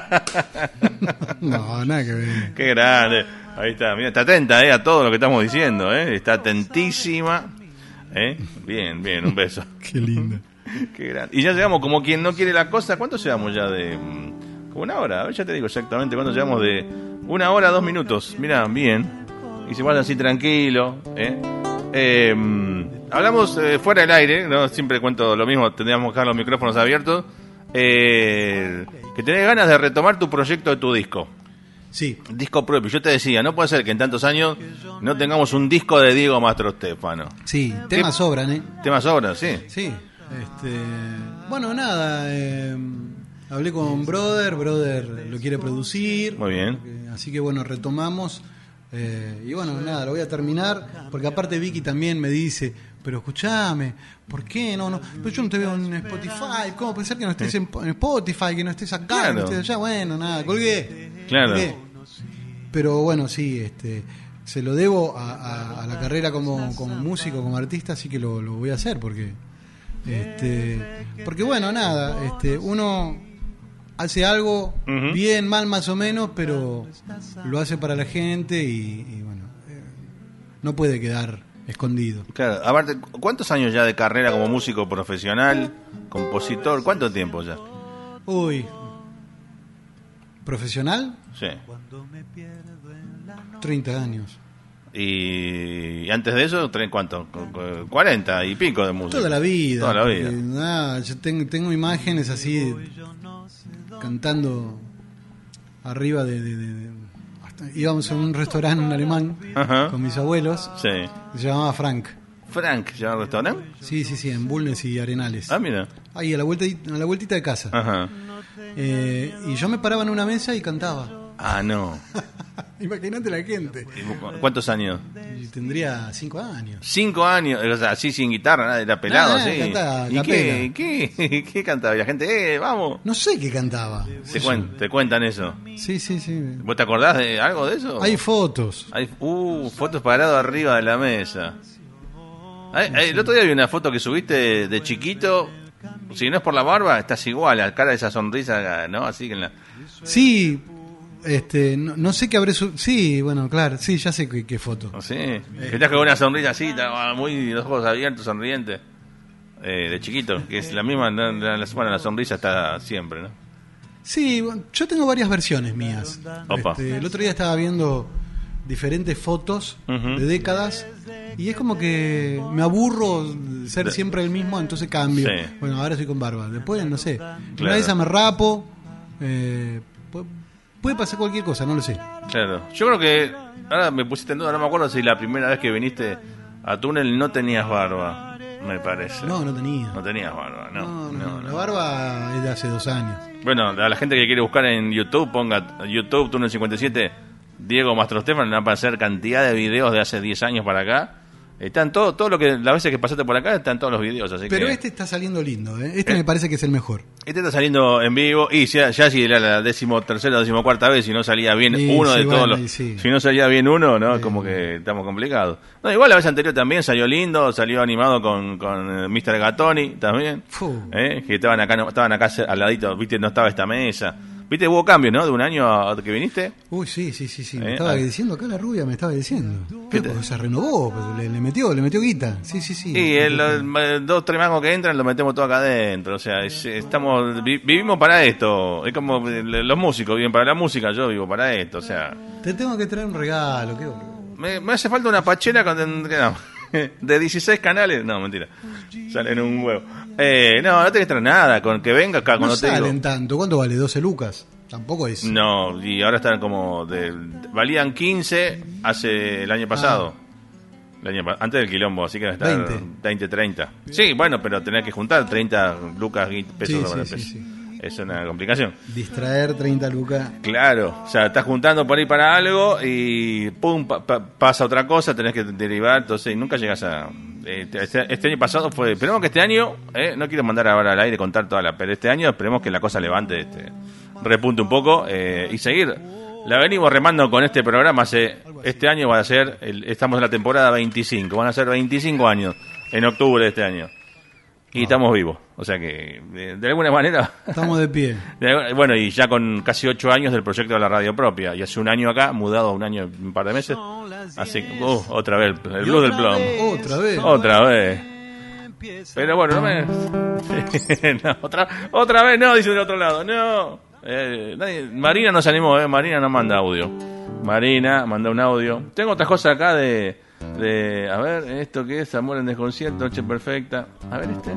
No, nada que ver. Qué grande. Ahí está. Mira, está atenta eh, a todo lo que estamos diciendo. Eh. Está atentísima. Eh. Bien, bien, un beso. Qué lindo. Qué grande. Y ya llegamos como quien no quiere la cosa. ¿Cuánto llevamos ya de...? mm, Como una hora. A ver, ya te digo exactamente cuánto llevamos de... Una hora, dos minutos. Mira, bien. Y se vayan así tranquilo. Eh. Eh, hablamos eh, fuera del aire, ¿no? Siempre cuento lo mismo, tendríamos que dejar los micrófonos abiertos. Eh, que tenés ganas de retomar tu proyecto de tu disco. Sí, Disco propio. Yo te decía, no puede ser que en tantos años no tengamos un disco de Diego Mastro Stefano. sí, temas sobran, ¿eh? Temas obras, sí. Sí, este, bueno, nada, eh, hablé con Brother, Brother lo quiere producir. Muy bien. eh, Así que bueno, retomamos. eh, y bueno, nada, lo voy a terminar. Porque aparte Vicky también me dice, pero escúchame, ¿por qué no? no Pero yo no te veo en Spotify. ¿Cómo pensar que no estés en, en Spotify, que no estés acá, Claro. que no estés allá? Bueno, nada, colgué. Claro. colgué. Pero bueno, sí, este, se lo debo a, a- a la carrera como, como músico, como artista, así que lo, lo voy a hacer porque, este, porque bueno, nada, este, uno hace algo Ujú. bien, mal, más o menos, pero lo hace para la gente y, y bueno, eh, no puede quedar escondido. Claro, aparte, ¿cuántos años ya de carrera como músico profesional, compositor? ¿Cuánto tiempo ya? Uy, profesional, Sí. treinta años. Y antes de eso, ¿tres cuánto? cuarenta y pico de música. Toda la vida. Toda la porque, vida. nada, yo tengo, tengo imágenes así cantando arriba de, de- de- de- hasta- íbamos a un restaurante alemán Ajá. con mis abuelos, Sí. se llamaba Frank. Frank, ¿llama el restaurante? Sí, sí, sí, en Bulnes y Arenales. Ah, mira. Ahí a la vuelta a la vueltita de casa. Ajá. Eh, y yo me paraba en una mesa y cantaba. Ah, no. Imagínate la gente. ¿Y cu- ¿Cuántos años? Y tendría cinco años. Cinco años, o sea, así sin guitarra, nada, era pelado, Ah, así. cantaba a ¿Y qué, capela. qué, qué cantaba? Y la gente, eh, vamos. No sé qué cantaba. Te, cuen- te cuentan eso. Sí, sí, sí. ¿Vos te acordás de algo de eso? Hay fotos. Hay uh, fotos parado arriba de la mesa. Ay, ay, el otro día vi una foto que subiste de, de chiquito. Si no es por la barba, estás igual, la cara de esa sonrisa, ¿no? Así que en la... Sí, Este, no, no sé qué habré su... Sí, bueno, claro, sí, ya sé qué, qué foto. Sí, que estás con una sonrisa así, está muy los ojos abiertos, sonriente, eh, de chiquito, que es la misma, la, la, bueno, la sonrisa está siempre, ¿no? Sí, bueno, yo tengo varias versiones mías. Opa. Este, el otro día estaba viendo diferentes fotos Ujú. de décadas y es como que me aburro de ser De- siempre el mismo, entonces cambio. Sí. Bueno, ahora estoy con barba. Después, no sé, Claro. una de esas me rapo. Eh, pu- puede pasar cualquier cosa, no lo sé. Claro, yo creo que, ahora me pusiste en duda, no me acuerdo si la primera vez que viniste a Túnel no tenías barba, me parece. No, no tenía. No tenías barba, no. No, no, no, la no. barba es de hace dos años. Bueno, a la gente que quiere buscar en YouTube, ponga YouTube Túnel cincuenta y siete, Diego Mastrostefan, le van a aparecer cantidad de videos de hace diez años para acá. Están todo, todo lo que, las veces que pasaste por acá, están todos los videos, así Pero que... este está saliendo lindo, ¿eh? Este Eh. me parece que es el mejor. Este está saliendo en vivo y ya, ya si era la décimo tercera o décimo cuarta vez, si no salía bien Sí, uno sí, de bueno, todos los... y sí. Si no salía bien uno, ¿no? Sí. Como que estamos complicados. No, igual la vez anterior también salió lindo, salió animado con, con eh, mister Gattoni también. Fu. ¿Eh? Que estaban acá, no- estaban acá al ladito, viste, no estaba esta mesa. Viste, hubo cambio, ¿no? De un año a- que viniste. Uy, sí, sí, sí, sí. Me Eh, estaba ah. diciendo acá la rubia, me estaba diciendo. ¿Qué ¿Qué? te- Se renovó, pues, le, le metió, le metió guita. Sí, sí, sí. Y el, el- dos, tres mangos que entran, lo metemos todo acá adentro. O sea, es- estamos vi- vivimos para esto. Es como eh, los músicos viven para la música, yo vivo para esto. O sea, Te tengo que traer un regalo, qué boludo. me, me hace falta una pachera con, que no, de dieciséis canales. No, mentira. Salen un huevo. Eh, no, no tenés que traer nada. Con que venga acá No cuando te digo. salen tanto. ¿Cuánto vale? doce lucas. Tampoco es. No, y ahora están como. De, valían quince hace el año pasado. El año pa- antes del quilombo, así que va a estar veinte. veinte, treinta. Sí, bueno, pero tenés que juntar treinta lucas, gui- pesos. Sí, sobre sí, pesos. sí, sí. Es una complicación. Distraer treinta lucas. Claro, o sea, estás juntando por ahí para algo y pum, pa- pa- pasa otra cosa, tenés que derivar, entonces nunca llegas a... eh, Este, este año pasado fue... Esperemos que este año, eh, no quiero mandar ahora al aire contar toda la... Pero este año esperemos que la cosa levante, este, repunte un poco eh, y seguir. La venimos remando con este programa hace... Este año va a ser... el- estamos en la temporada veinticinco, van a ser veinticinco años en octubre de este año. Y estamos vivos, o sea que de, de alguna manera... Estamos de pie. De- Bueno, y ya con casi ocho años del proyecto de la radio propia. Y hace un año acá, mudado a un año, un par de meses. Así que, uh, otra vez, el blues del plomo. Otra vez. Otra vez. Pero bueno, no me... No, otra, otra vez no, dice del otro lado. No. Eh, nadie- Marina nos animó, ¿eh? Marina nos manda audio. Marina manda un audio. Tengo otras cosas acá de... de a ver, ¿esto qué es? Amor en desconcierto, Noche Perfecta. A ver este.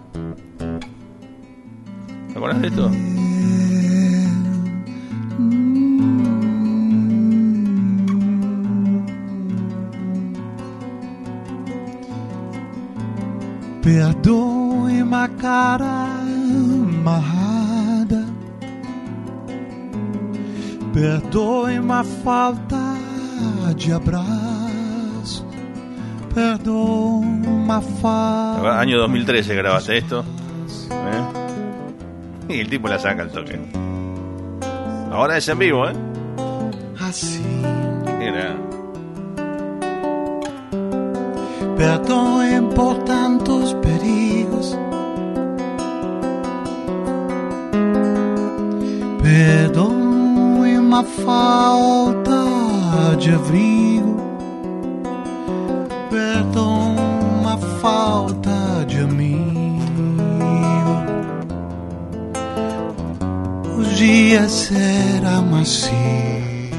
¿Te acuerdas de esto? Perdoe uma cara amarrada, perdoe uma falta de abraço, perdoe uma falta. Año dos mil trece grabaste esto. ¿Eh? Y el tipo la saca al toque. Ahora es en vivo, ¿eh? Assim, Era. perdoe por tantos perigos, perdoe uma falta de abrigo, perdoe uma falta de amigo. Os dias eram assim.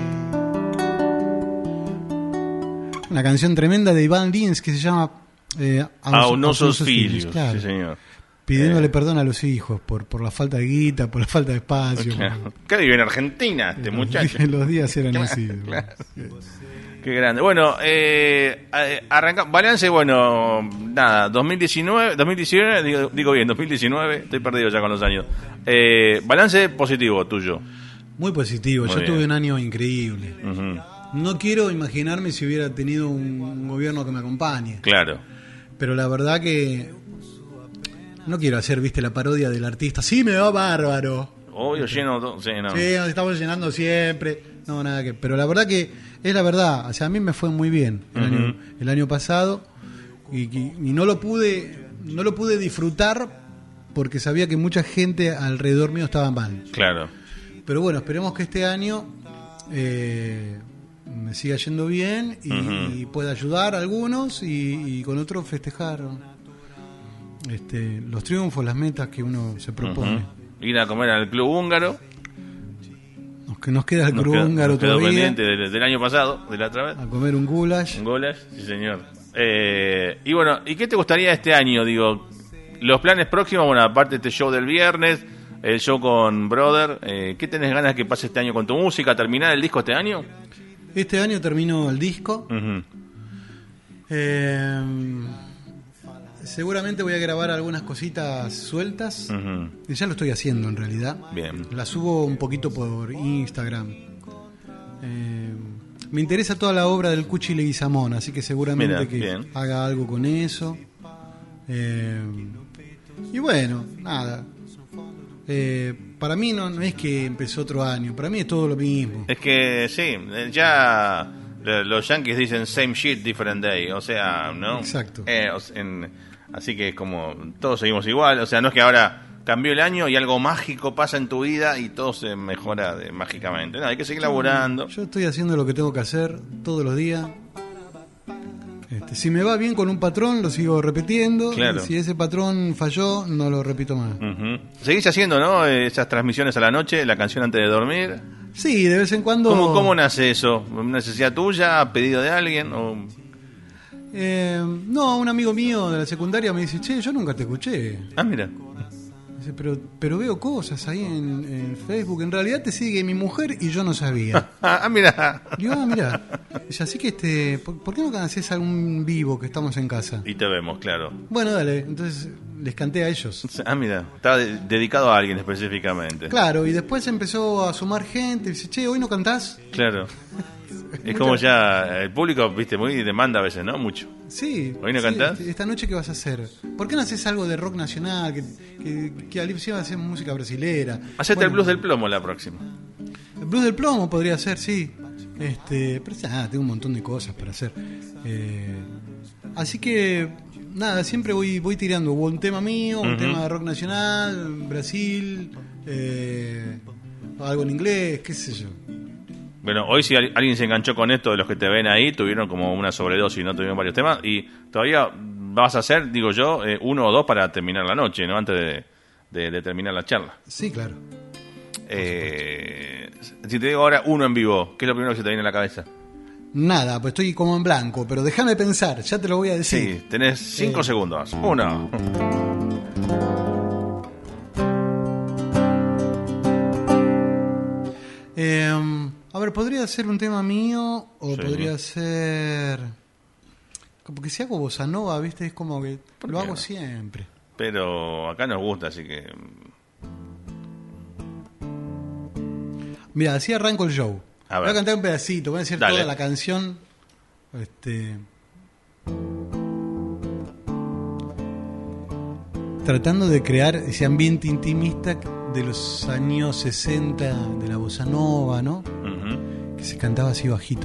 Una canción tremenda de Iván Lins que se llama eh, Aunosos Aunosos Filios. claro. Sí, señor. Pidiéndole Eh. perdón a los hijos por, por la falta de guita, por la falta de espacio. ¿Qué vive en Argentina este muchacho? Los días eran así. Claro. Qué grande. Bueno, eh, arrancamos. Balance, bueno, nada, dos mil diecinueve, dos mil diecinueve, digo, digo bien, dos mil diecinueve, estoy perdido ya con los años. Eh, balance positivo tuyo. Muy positivo. Muy Yo bien. tuve un año increíble. Ujú. No quiero imaginarme si hubiera tenido un, un gobierno que me acompañe. Claro. Pero la verdad que no quiero hacer, viste, la parodia del artista. Sí, me va bárbaro. Obvio, lleno. to- Sí, no. Sí, nos estamos llenando siempre. No, nada que. Pero la verdad que es la verdad. O sea, a mí me fue muy bien el, Ujú. año, el año pasado y, y- y no lo pude, no lo pude disfrutar porque sabía que mucha gente alrededor mío estaba mal. Claro. Pero bueno, esperemos que este año eh, me siga yendo bien y, Ujú. y pueda ayudar a algunos y, y con otros festejar este, los triunfos, las metas que uno se propone. Ujú. Ir a comer al club húngaro. Nos, que nos queda el Nos club quedó, húngaro nos quedó todavía, pendiente del, del año pasado, de la otra vez. a comer un goulash. Un goulash, sí señor. Eh, y bueno, ¿y qué te gustaría este año? Digo, los planes próximos, bueno, aparte de este show del viernes, el show con Brother, eh, ¿qué tenés ganas que pase este año con tu música? ¿Terminar el disco este año? Este año termino el disco. Ujú. Eh, seguramente voy a grabar algunas cositas sueltas. Ujú. Y ya lo estoy haciendo en realidad. Bien. Las subo un poquito por Instagram. Eh, me interesa toda la obra del Cuchi Leguizamón, así que seguramente Mira, que bien. haga algo con eso. Eh, y bueno, nada. Eh, para mí no, no es que empezó otro año, para mí es todo lo mismo. Es que sí, eh, ya eh, los yankees dicen same shit, different day, o sea, ¿no? Exacto. Eh, o sea, en- así que es como todos seguimos igual, o sea, no es que ahora cambió el año y algo mágico pasa en tu vida y todo se mejora de- mágicamente. No, hay que seguir laburando. Yo estoy haciendo lo que tengo que hacer todos los días. Este, si me va bien con un patrón, lo sigo repitiendo. Claro. Y si ese patrón falló, no lo repito más. Ujú. Seguís haciendo, ¿no? Eh, Esas transmisiones a la noche, la canción antes de dormir. Sí, de vez en cuando. ¿Cómo, cómo nace eso? ¿Una necesidad tuya? ¿A pedido de alguien? O... Eh, no, un amigo mío de la secundaria me dice, che, yo nunca te escuché. Ah, mira. Dice, pero, pero veo cosas ahí en, en Facebook. En realidad te sigue mi mujer y yo no sabía. Ah, mira. Digo, ah, mira. Dice, así que, este, ¿por, por qué no haces algún vivo que estamos en casa? Y te vemos, claro. Bueno, dale. Entonces les canté a ellos. Ah, mira. Estaba de- dedicado a alguien específicamente. Claro, y después empezó a sumar gente. Dice, che, ¿hoy no cantás? Claro. Es como ya el público, viste, muy demanda a veces, ¿no? Mucho. Sí. ¿Hoy no sí, cantás? este- Esta noche, ¿qué vas a hacer? ¿Por qué no haces algo de rock nacional? Que, que, que al va a hacer música brasilera. Hacete Bueno, el blues del plomo la próxima. El blues del plomo podría ser, sí. Este, pero ah, tengo un montón de cosas para hacer. Eh, así que, nada, siempre voy voy tirando. Hubo un tema mío, un Ujú. tema de rock nacional, Brasil, eh, algo en inglés, qué sé yo. Bueno, hoy si al- alguien se enganchó con esto de los que te ven ahí, tuvieron como una sobredosis, ¿no? Tuvieron varios temas. Y todavía vas a hacer, digo yo, eh, uno o dos para terminar la noche, ¿no? Antes de, de- de terminar la charla. Sí, claro. Eh, si te digo ahora uno en vivo, ¿qué es lo primero que se te viene a la cabeza? Nada, pues estoy como en blanco, pero déjame pensar, ya te lo voy a Sí, decir. tenés cinco Eh. segundos. Uno. Eh, a ver, podría ser un tema mío o Sí. podría ser... Porque si hago bossa nova, ¿viste? Es como que ¿Por lo qué hago no? siempre. Pero acá nos gusta, así que... Mira, así arranco el show. A Voy ver. a cantar un pedacito, voy a decir Dale. toda la canción. Este... Tratando de crear ese ambiente intimista de los años sesenta de la bossa nova, ¿no? Ujú. Que se cantaba así bajito.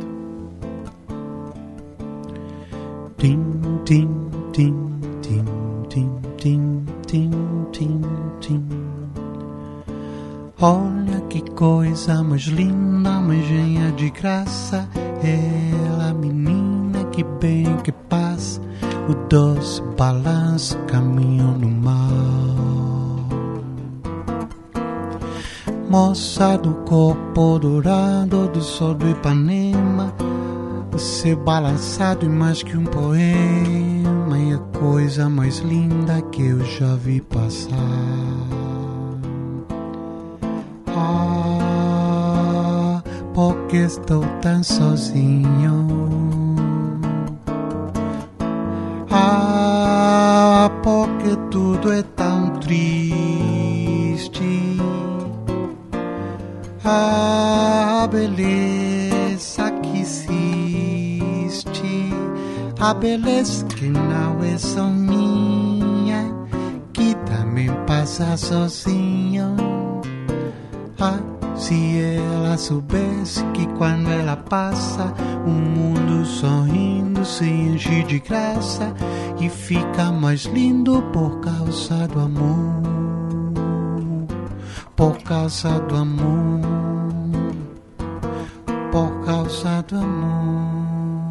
Tin, tin, tin, tin, tin, tin, tin, tin, tin. Olha que coisa mais linda, mais cheia de graça. Ela, menina que bem que passa, o doce balanço, caminho no mar. Moça do corpo dourado do sol do Ipanema, ser balançado e mais que um poema, é a coisa mais linda que eu já vi passar. Ah, porque estou tão sozinho. Ah, porque tudo é tão triste. A beleza que existe, a beleza que não é só minha, que também passa sozinha. Ah, se ela soubesse que quando ela passa, o mundo sorrindo se enche de graça e fica mais lindo por causa do amor, por causa do amor. rosa tu amor.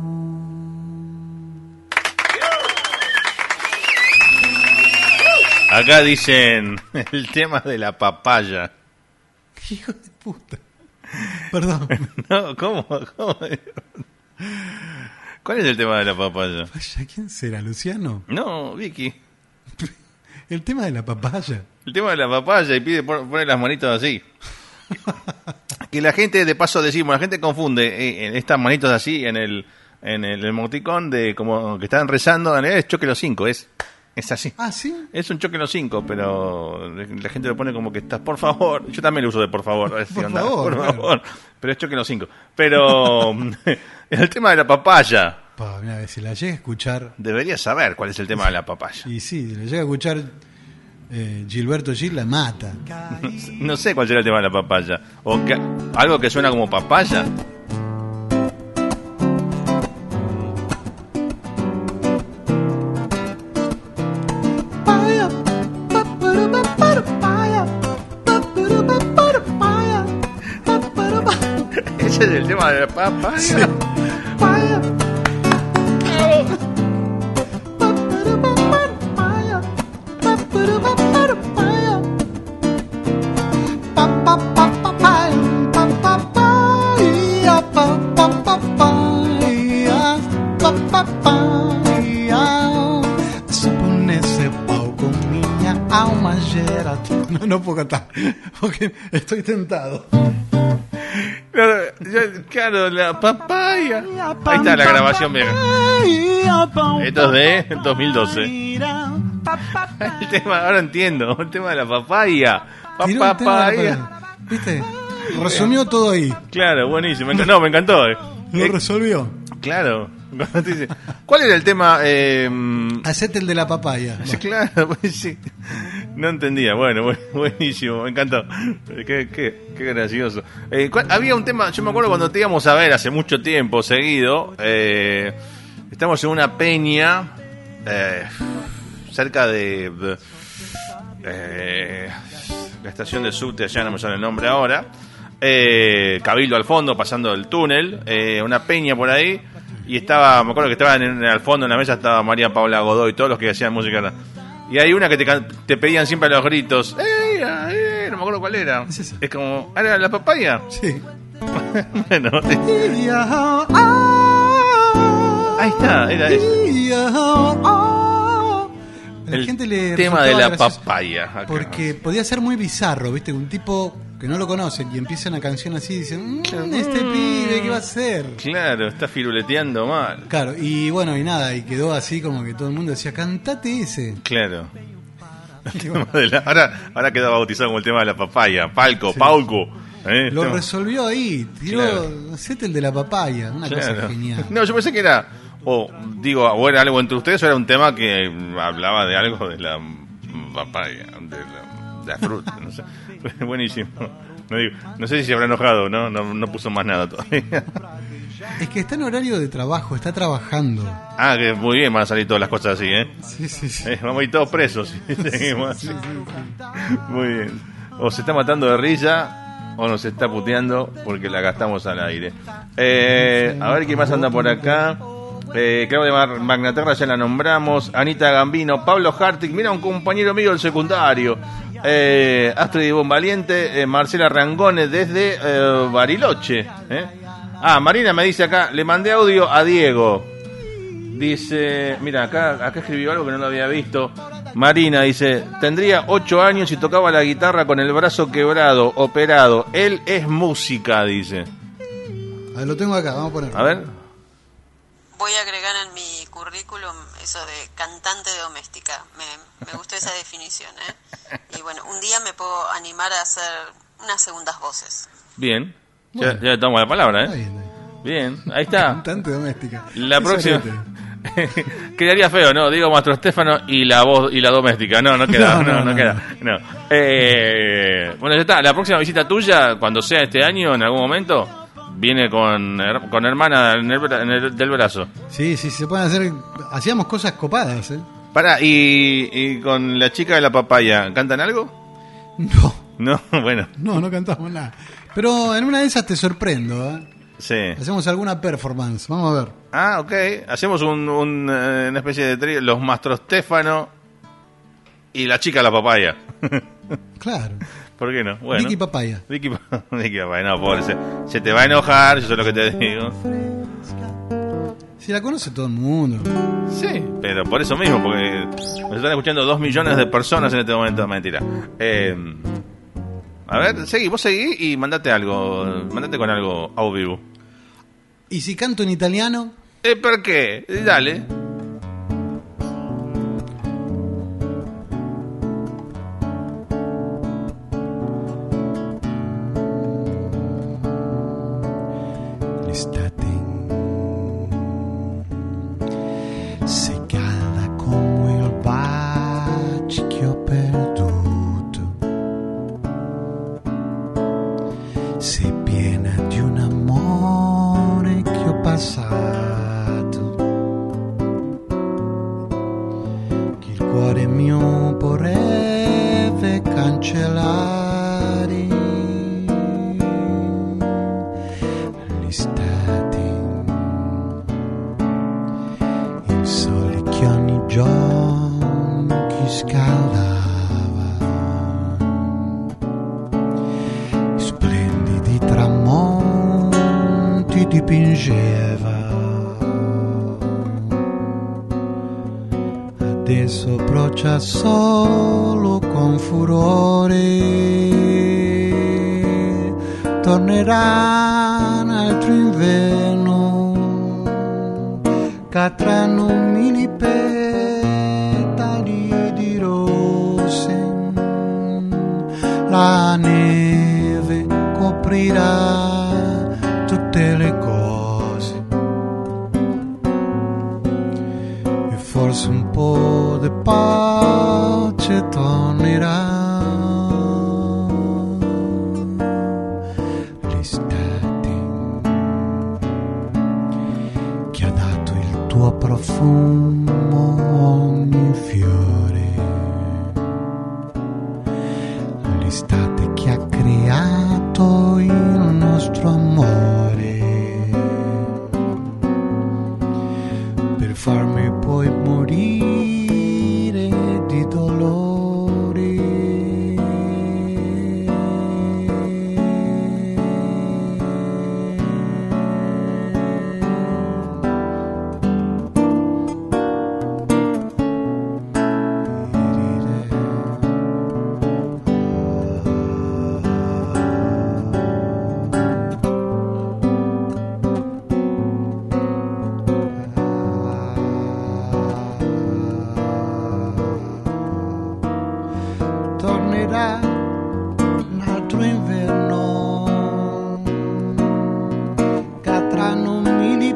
Acá dicen el tema de la papaya. Hijo de puta. Perdón. No, ¿cómo? ¿Cómo? ¿Cuál es el tema de la papaya? Vaya, ¿quién será? ¿Luciano? No, Vicky. El tema de la papaya. El tema de la papaya y pide pon- poner las manitos así. Que la gente, de paso decimos, la gente confunde eh, en estas manitos así en el en el emoticón de como que están rezando, es choque los cinco, es es así. Ah, ¿sí? Es un choque los cinco, pero la gente lo pone como que estás, por favor. Yo también lo uso de por favor. Así, Por onda, favor, por claro. favor. Pero es choque los cinco. Pero el tema de la papaya, Pa, mira, si la llega a escuchar... deberías saber cuál es el tema de la papaya. Y sí, si la llega a escuchar eh, Gilberto Gil, la mata. No sé cuál será el tema de la papaya. O que, algo que suena como papaya. Ese es el tema de la papaya. Supone ese pau con minha alma gera. No, no puedo cantar, porque estoy tentado. Claro, yo- claro, la papaya. Ahí está la grabación vieja. Esto es de dos mil doce. El tema, ahora entiendo, el tema de la papaya. Pa- Tiró el tema de la papaya. papaya. ¿Viste? Resumió todo ahí. Claro, buenísimo. Me enc- No, me encantó. eh. Lo Eh, resolvió. claro. Cuando te dice, ¿cuál era el tema? Eh, Hacete el de la papaya. sí, claro, pues sí. No entendía. Bueno, bu- buenísimo, me encantó. Qué, qué, qué gracioso. Eh, ¿cuál- había un tema, yo me acuerdo cuando te íbamos a ver hace mucho tiempo seguido. Eh, estamos en una peña eh, cerca de, de eh, la estación de subte, allá no me sale el nombre ahora. Eh, Cabildo al fondo, pasando el túnel, eh, una peña por ahí. Y estaba, me acuerdo que estaban en, al fondo en la mesa estaba María Paula Godoy, todos los que hacían música. Y hay una que te, can- te pedían siempre a los gritos, ¡eh! eh", no me acuerdo cuál era. Es esa. Es como, ¿era la papaya? Sí. Bueno, ahí está, era eso. La El gente le tema de resultaba la gracioso papaya. acá. Porque podía ser muy bizarro, ¿viste? Un tipo que no lo conocen y empieza una canción así y dicen, "Mm, este pibe, ¿qué va a hacer?" Claro, está firuleteando mal. Claro, y bueno, y nada, y quedó así como que todo el mundo decía, cantate ese. Claro. Y bueno, De la- ahora, ahora quedó bautizado como el tema de la papaya. Palco, Pauco. ¿eh? lo Tema- resolvió ahí, tiró, Claro. hacete el de la papaya, una cosa Claro. genial. No, yo pensé que era, o digo, o era algo entre ustedes o era un tema que hablaba de algo de la papaya, de la, de la fruta, no sé. Buenísimo. No, digo, no sé si se habrá enojado, ¿no? No, no puso más nada todavía. Es que está en horario de trabajo, está trabajando. Ah, que muy bien van a salir todas las cosas así, ¿eh? Sí, sí, sí. Eh, vamos a ir todos presos si seguimos así. Muy bien. O se está matando de risa o nos está puteando porque la gastamos al aire. Eh, a ver quién más anda por acá. Eh, Claudia Mar- Magnaterra ya la nombramos. Anita Gambino, Pablo Hartig, mira un compañero mío del secundario. Eh, Astrid Bombaliente, eh, Marcela Rangone desde eh, Bariloche. ¿eh? Ah, Marina me dice acá, le mandé audio a Diego. Dice, mira, acá, acá escribió algo que no lo había visto. Marina dice, tendría ocho años y tocaba la guitarra con el brazo quebrado, operado. Él es música, dice. A ver, lo tengo acá, vamos a poner. A ver. Voy a agregar en mi currículum eso de cantante doméstica. Me, me gustó esa definición, ¿eh? Y bueno, un día me puedo animar a hacer unas segundas voces. Bien. Bueno. Ya, ya tomo la palabra, Está ¿eh? bien, ahí. Bien, ahí está. Cantante doméstica. La Qué próxima. sorete. Quedaría feo, ¿no? Digo Mastro Estefano y la voz y la doméstica. No, no queda, No, no, no, no, no, queda. No. Eh, bueno, ya está. La próxima visita tuya, cuando sea este año, en algún momento, viene con, her- con hermana en el bra- en el- del brazo. Sí, sí, se pueden hacer. Hacíamos cosas copadas, ¿eh? Pará, y, y con la chica de la papaya, ¿cantan algo? No, No, bueno. no, no cantamos nada. Pero en una de esas te sorprendo, ¿eh? Sí. Hacemos alguna performance, vamos a ver. Ah, ok. Hacemos un, un, eh, una especie de trío. Los Mastro Stefano y la chica la papaya. Claro. ¿Por qué no? Bueno. Vicky Papaya. Vicky, Vicky Papaya, no, pobre. Se, se te va a enojar, eso es lo que te digo. Si la conoce todo el mundo. Sí, pero por eso mismo, porque nos están escuchando dos millones de personas en este momento. Mentira. Eh, a ver, seguí, vos seguí y mandate algo. Mandate con algo a vivo. ¿Y si canto en italiano? Eh, ¿por qué? Eh, Dale. L'estate sei calda come il bacio che ho perduto, sei piena di un amore che ho passato, che il cuore mio vorrebbe cancellare. L'estate, il sole che ogni giorno ti scaldava, i splendidi tramonti dipingeva. Adesso brucia solo con furore. Tornerà un altro inverno, cadranno mille petali di rose, la neve coprirà tutte le cose e forse un po' di pace tornerà. Tuo profumo ogni fiore, l'estate che ha creato il nostro amore, per farmi poi morire di dolore. Tornerà un altro inverno, cadranno mille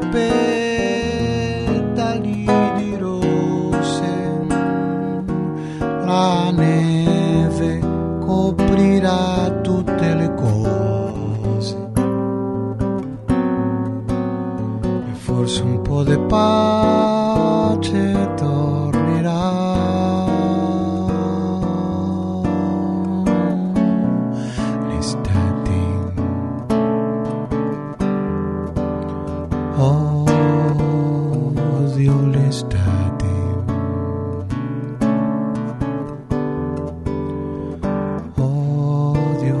petali di rose, la neve coprirà tutte le cose e forse un po' di pace tornerà. Odio l'estate, odio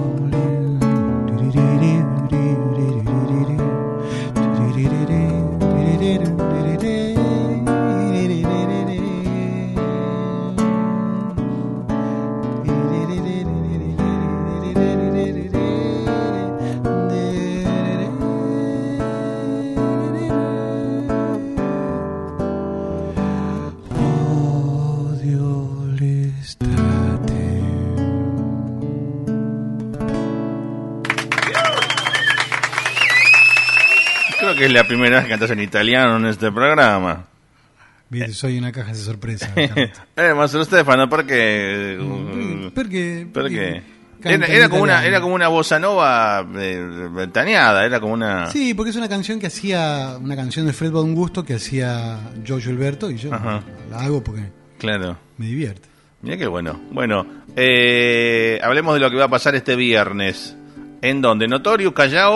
Creo que es la primera vez que cantas en italiano en este programa. Viste, soy una caja de sorpresa. eh, Mastro Stefano, perché? Perché? Perché? Era, era como una, era como una bossa nova eh, ventaneada, era como una... Sí, porque es una canción que hacía, una canción de Fred Von Gusto que hacía Giorgio Alberto y yo Ajá. la hago porque Claro. me divierte. Mira qué bueno. Bueno, eh, hablemos de lo que va a pasar este viernes. ¿En dónde? Notorious, Callao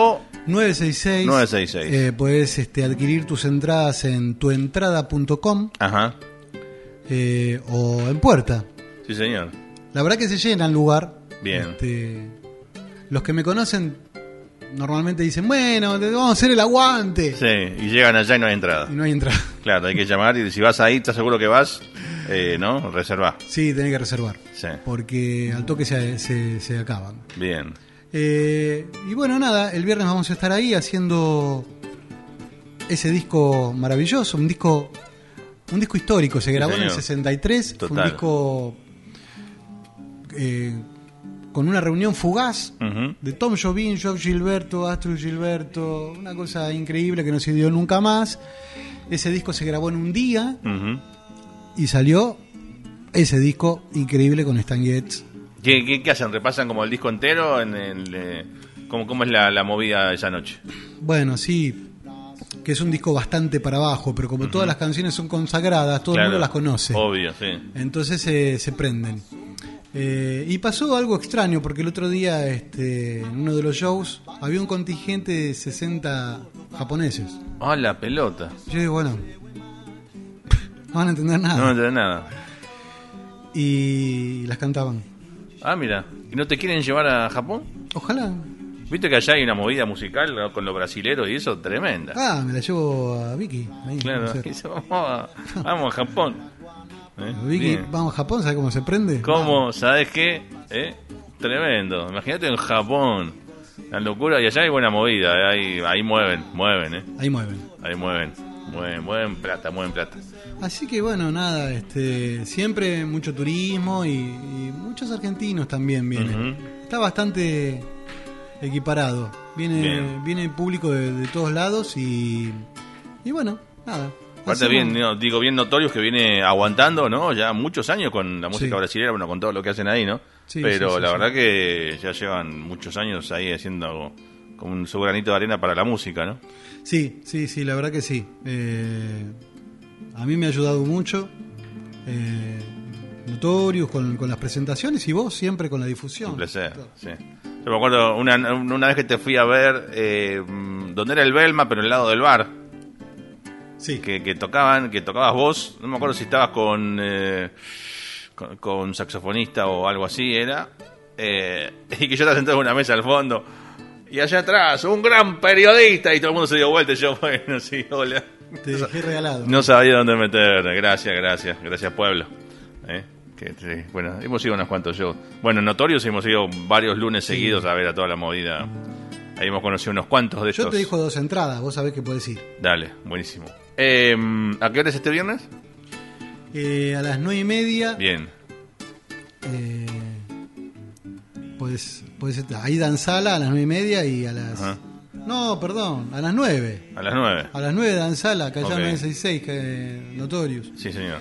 nueve seis seis. nueve seis seis. Eh, puedes este, adquirir tus entradas en tuentrada punto com Ajá. eh, o en Puerta. Sí, señor. La verdad que se llena el lugar. Bien. Este, los que me conocen normalmente dicen, bueno, te- vamos a hacer el aguante. Sí, y llegan allá y no hay entrada. Y no hay entrada. Claro, hay que llamar y si vas ahí, ¿estás seguro que vas? Eh, ¿No? Reserva. Sí, tenés que reservar. Sí. Porque al toque se, se, se acaban. Bien. Eh, y bueno, nada, el viernes vamos a estar ahí haciendo ese disco maravilloso, un disco un disco histórico, se grabó en el señor. sesenta y tres, fue un Total. disco eh, con una reunión fugaz Ujú. de Tom Jobim, Joe Gilberto, Astrid Gilberto, una cosa increíble que no se dio nunca más. Ese disco se grabó en un día Ujú. y salió ese disco increíble con Stan Getz. ¿Qué, qué, qué hacen? ¿Repasan como el disco entero? En el, eh, ¿cómo, ¿Cómo es la, la movida de esa noche? Bueno, sí, que es un disco bastante para abajo, pero como todas las canciones son consagradas, todo Claro. el mundo las conoce. Obvio, sí. Entonces eh, se prenden. Eh, y pasó algo extraño, porque el otro día este, en uno de los shows había un contingente de sesenta japoneses. Ah, la pelota. Yo digo, bueno, no van a entender nada. No entiendo nada. Y las cantaban. Ah, mira. ¿Y no te quieren llevar a Japón? Ojalá. Viste que allá hay una movida musical, ¿no? Con los brasileros y eso, tremenda. Ah, me la llevo a Vicky. Ahí, Claro, vamos a hacer. dice, vamos a, vamos a Japón. ¿Eh? Vicky, Bien. vamos a Japón, ¿sabes cómo se prende? ¿Cómo? ¿Sabes qué? ¿Eh? Tremendo. Imagínate en Japón. La locura. Y allá hay buena movida. ¿eh? Ahí, ahí mueven, mueven, ¿eh? Ahí mueven. Ahí mueven. Mueven, mueven plata, mueven plata. Así que bueno, nada, este, siempre mucho turismo y, y muchos argentinos también vienen. Ujú. Está bastante equiparado. Viene, Bien. viene público de, de todos lados y, y bueno, nada. Aparte Hacemos- bien, no, digo bien notorios que viene aguantando, ¿no? Ya muchos años con la música Sí. brasileña, bueno, con todo lo que hacen ahí, ¿no? Sí, Pero sí, sí, la sí. verdad que ya llevan muchos años ahí haciendo como un su granito de arena para la música, ¿no? Sí, sí, sí, la verdad que sí. Eh, a mí me ha ayudado mucho. Eh, Notorious con, con las presentaciones y vos siempre con la difusión. Un placer, sí. Yo me acuerdo una, una vez que te fui a ver, eh, donde era el Belma, pero en el lado del bar, Sí. que, que tocaban, que tocabas vos, no me acuerdo si estabas con, eh, con, con saxofonista o algo así, era, eh, y que yo estaba sentado en una mesa al fondo, y allá atrás, un gran periodista, y todo el mundo se dio vuelta, y yo, bueno, sí, hola. Te dejé regalado. No sabía dónde meter, gracias, gracias, gracias pueblo. ¿Eh? Que, sí, bueno, hemos ido unos cuantos shows. Bueno, Notorios hemos ido varios lunes Sí. seguidos a ver a toda la movida. Ahí hemos conocido unos cuantos de Yo estos. te dejo dos entradas, vos sabés que podés ir. Dale, buenísimo. Eh, ¿A qué hora es este viernes? Eh, a las nueve y media. Bien. Eh, podés, podés estar ahí dan sala a las nueve y media y a las. Ajá. No, perdón, a las nueve. A las nueve. A las nueve dan sala, que allá Ok. nueve seis seis, que Notorious. Sí, señor.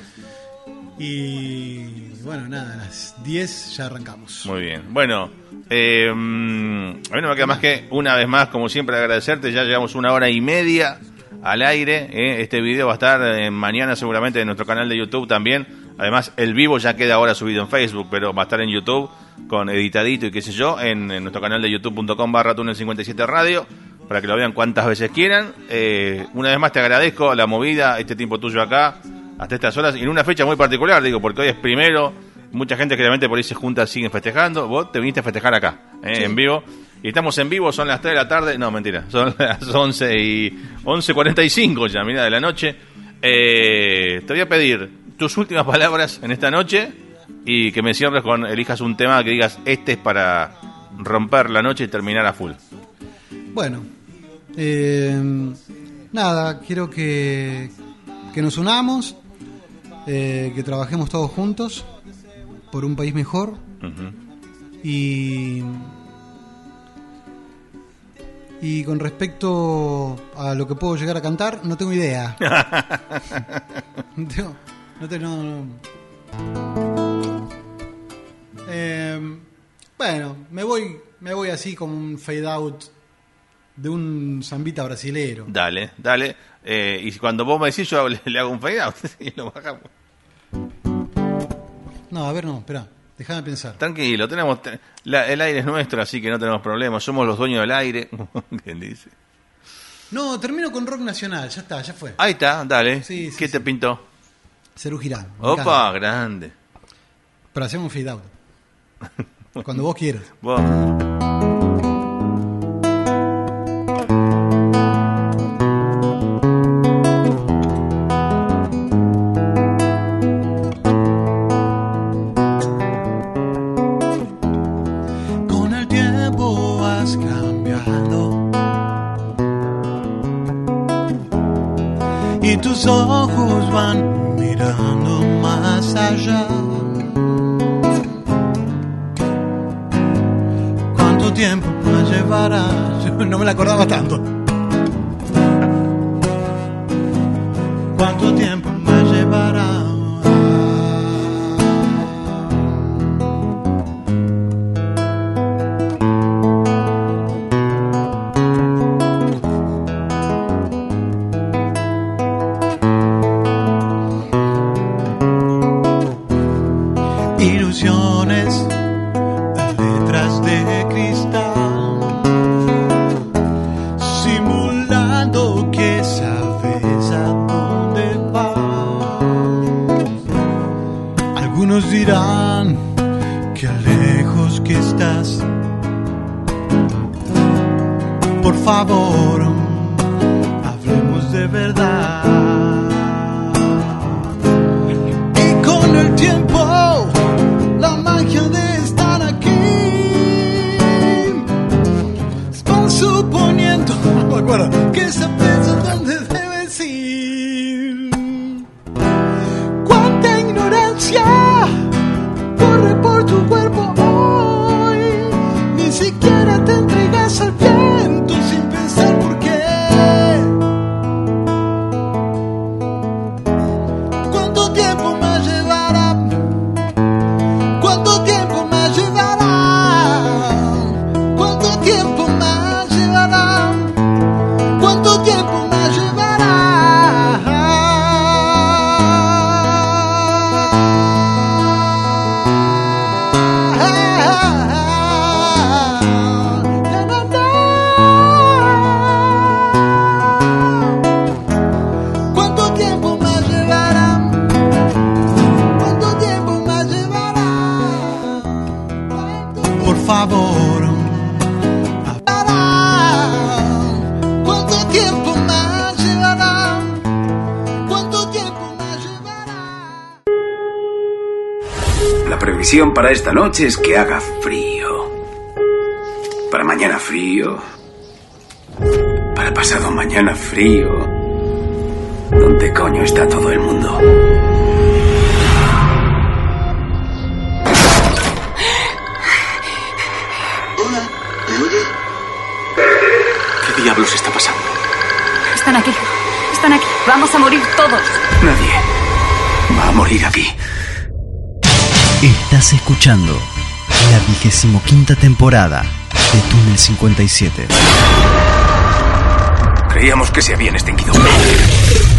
Y bueno, nada, a las diez ya arrancamos. Muy bien. Bueno, eh, mm, a mí no me queda más que una vez más, como siempre, agradecerte. Ya llevamos una hora y media al aire. ¿eh? Este video va a estar eh, mañana seguramente en nuestro canal de YouTube también. Además, el vivo ya queda ahora subido en Facebook, pero va a estar en YouTube con editadito y qué sé yo, en, en nuestro canal de youtube punto com barra túnel cincuenta y siete radio, para que lo vean cuantas veces quieran. Eh, una vez más te agradezco la movida, este tiempo tuyo acá, hasta estas horas, y en una fecha muy particular, digo, porque hoy es primero, mucha gente generalmente por ahí se junta, siguen festejando, vos te viniste a festejar acá, eh, Sí. en vivo, y estamos en vivo, son las tres de la tarde, no, mentira, son las once y once cuarenta y cinco ya, mira, de la noche. Eh, te voy a pedir tus últimas palabras en esta noche, y que me cierres con, elijas un tema que digas, este es para romper la noche y terminar a full. Bueno, eh, nada, quiero que, que nos unamos, eh, que trabajemos todos juntos por un país mejor Ujú. y, y con respecto a lo que puedo llegar a cantar, no tengo idea. no tengo, no tengo, no, no. Eh, bueno, me voy, me voy así como un fade out de un zambita brasilero. Dale, dale. Eh, y cuando vos me decís, yo le, le hago un fade out y lo bajamos. No, a ver, no, espera. Déjame pensar. Tranquilo, tenemos te- la- el aire es nuestro, así que no tenemos problemas. Somos los dueños del aire. ¿Quién dice? No, termino con rock nacional. Ya está, ya fue. Ahí está, dale. Sí, sí, ¿Qué sí. te pintó? Serú Girán. me Opa, encanta. grande. Pero hacemos un fade out. Cuando vos quieras. Vos. Con el tiempo has cambiado y tus ojos van mirando más allá. ¿Cuánto tiempo me llevará? No me la acordaba tanto. ¿Cuánto tiempo me llevará? Ilusiones, letras de cristal, simulando que sabes a dónde vas. Algunos dirán que lejos que estás. Por favor, hablemos de verdad. Y con el tiempo, la magia de estar aquí van suponiendo, no me acuerdo, que sabes a dónde debes ir. Cuánta ignorancia corre por tu cuerpo hoy. Ni siquiera te entregas al viento sin pensar por qué. ¿Cuánto tiempo me llevará? ¿Cuánto tiempo me llevará? ¿Cuánto tiempo me llevará? ¿Cuánto tiempo me llevará? ¿Cuánto tiempo me llevará? ¿Cuánto tiempo me llevará? Por favor, hablará. ¿Cuánto tiempo me llevará? ¿Cuánto tiempo me llevará? La previsión para esta noche es que haga frío. Para mañana frío. Para pasado mañana frío. ¿Dónde coño está todo el mundo? Hola, ¿me oye? ¿Qué diablos está pasando? Están aquí. Están aquí. Vamos a morir todos. Nadie va a morir aquí. Estás escuchando la vigésimo quinta temporada de Túnel cincuenta y siete. Creíamos que se habían extinguido.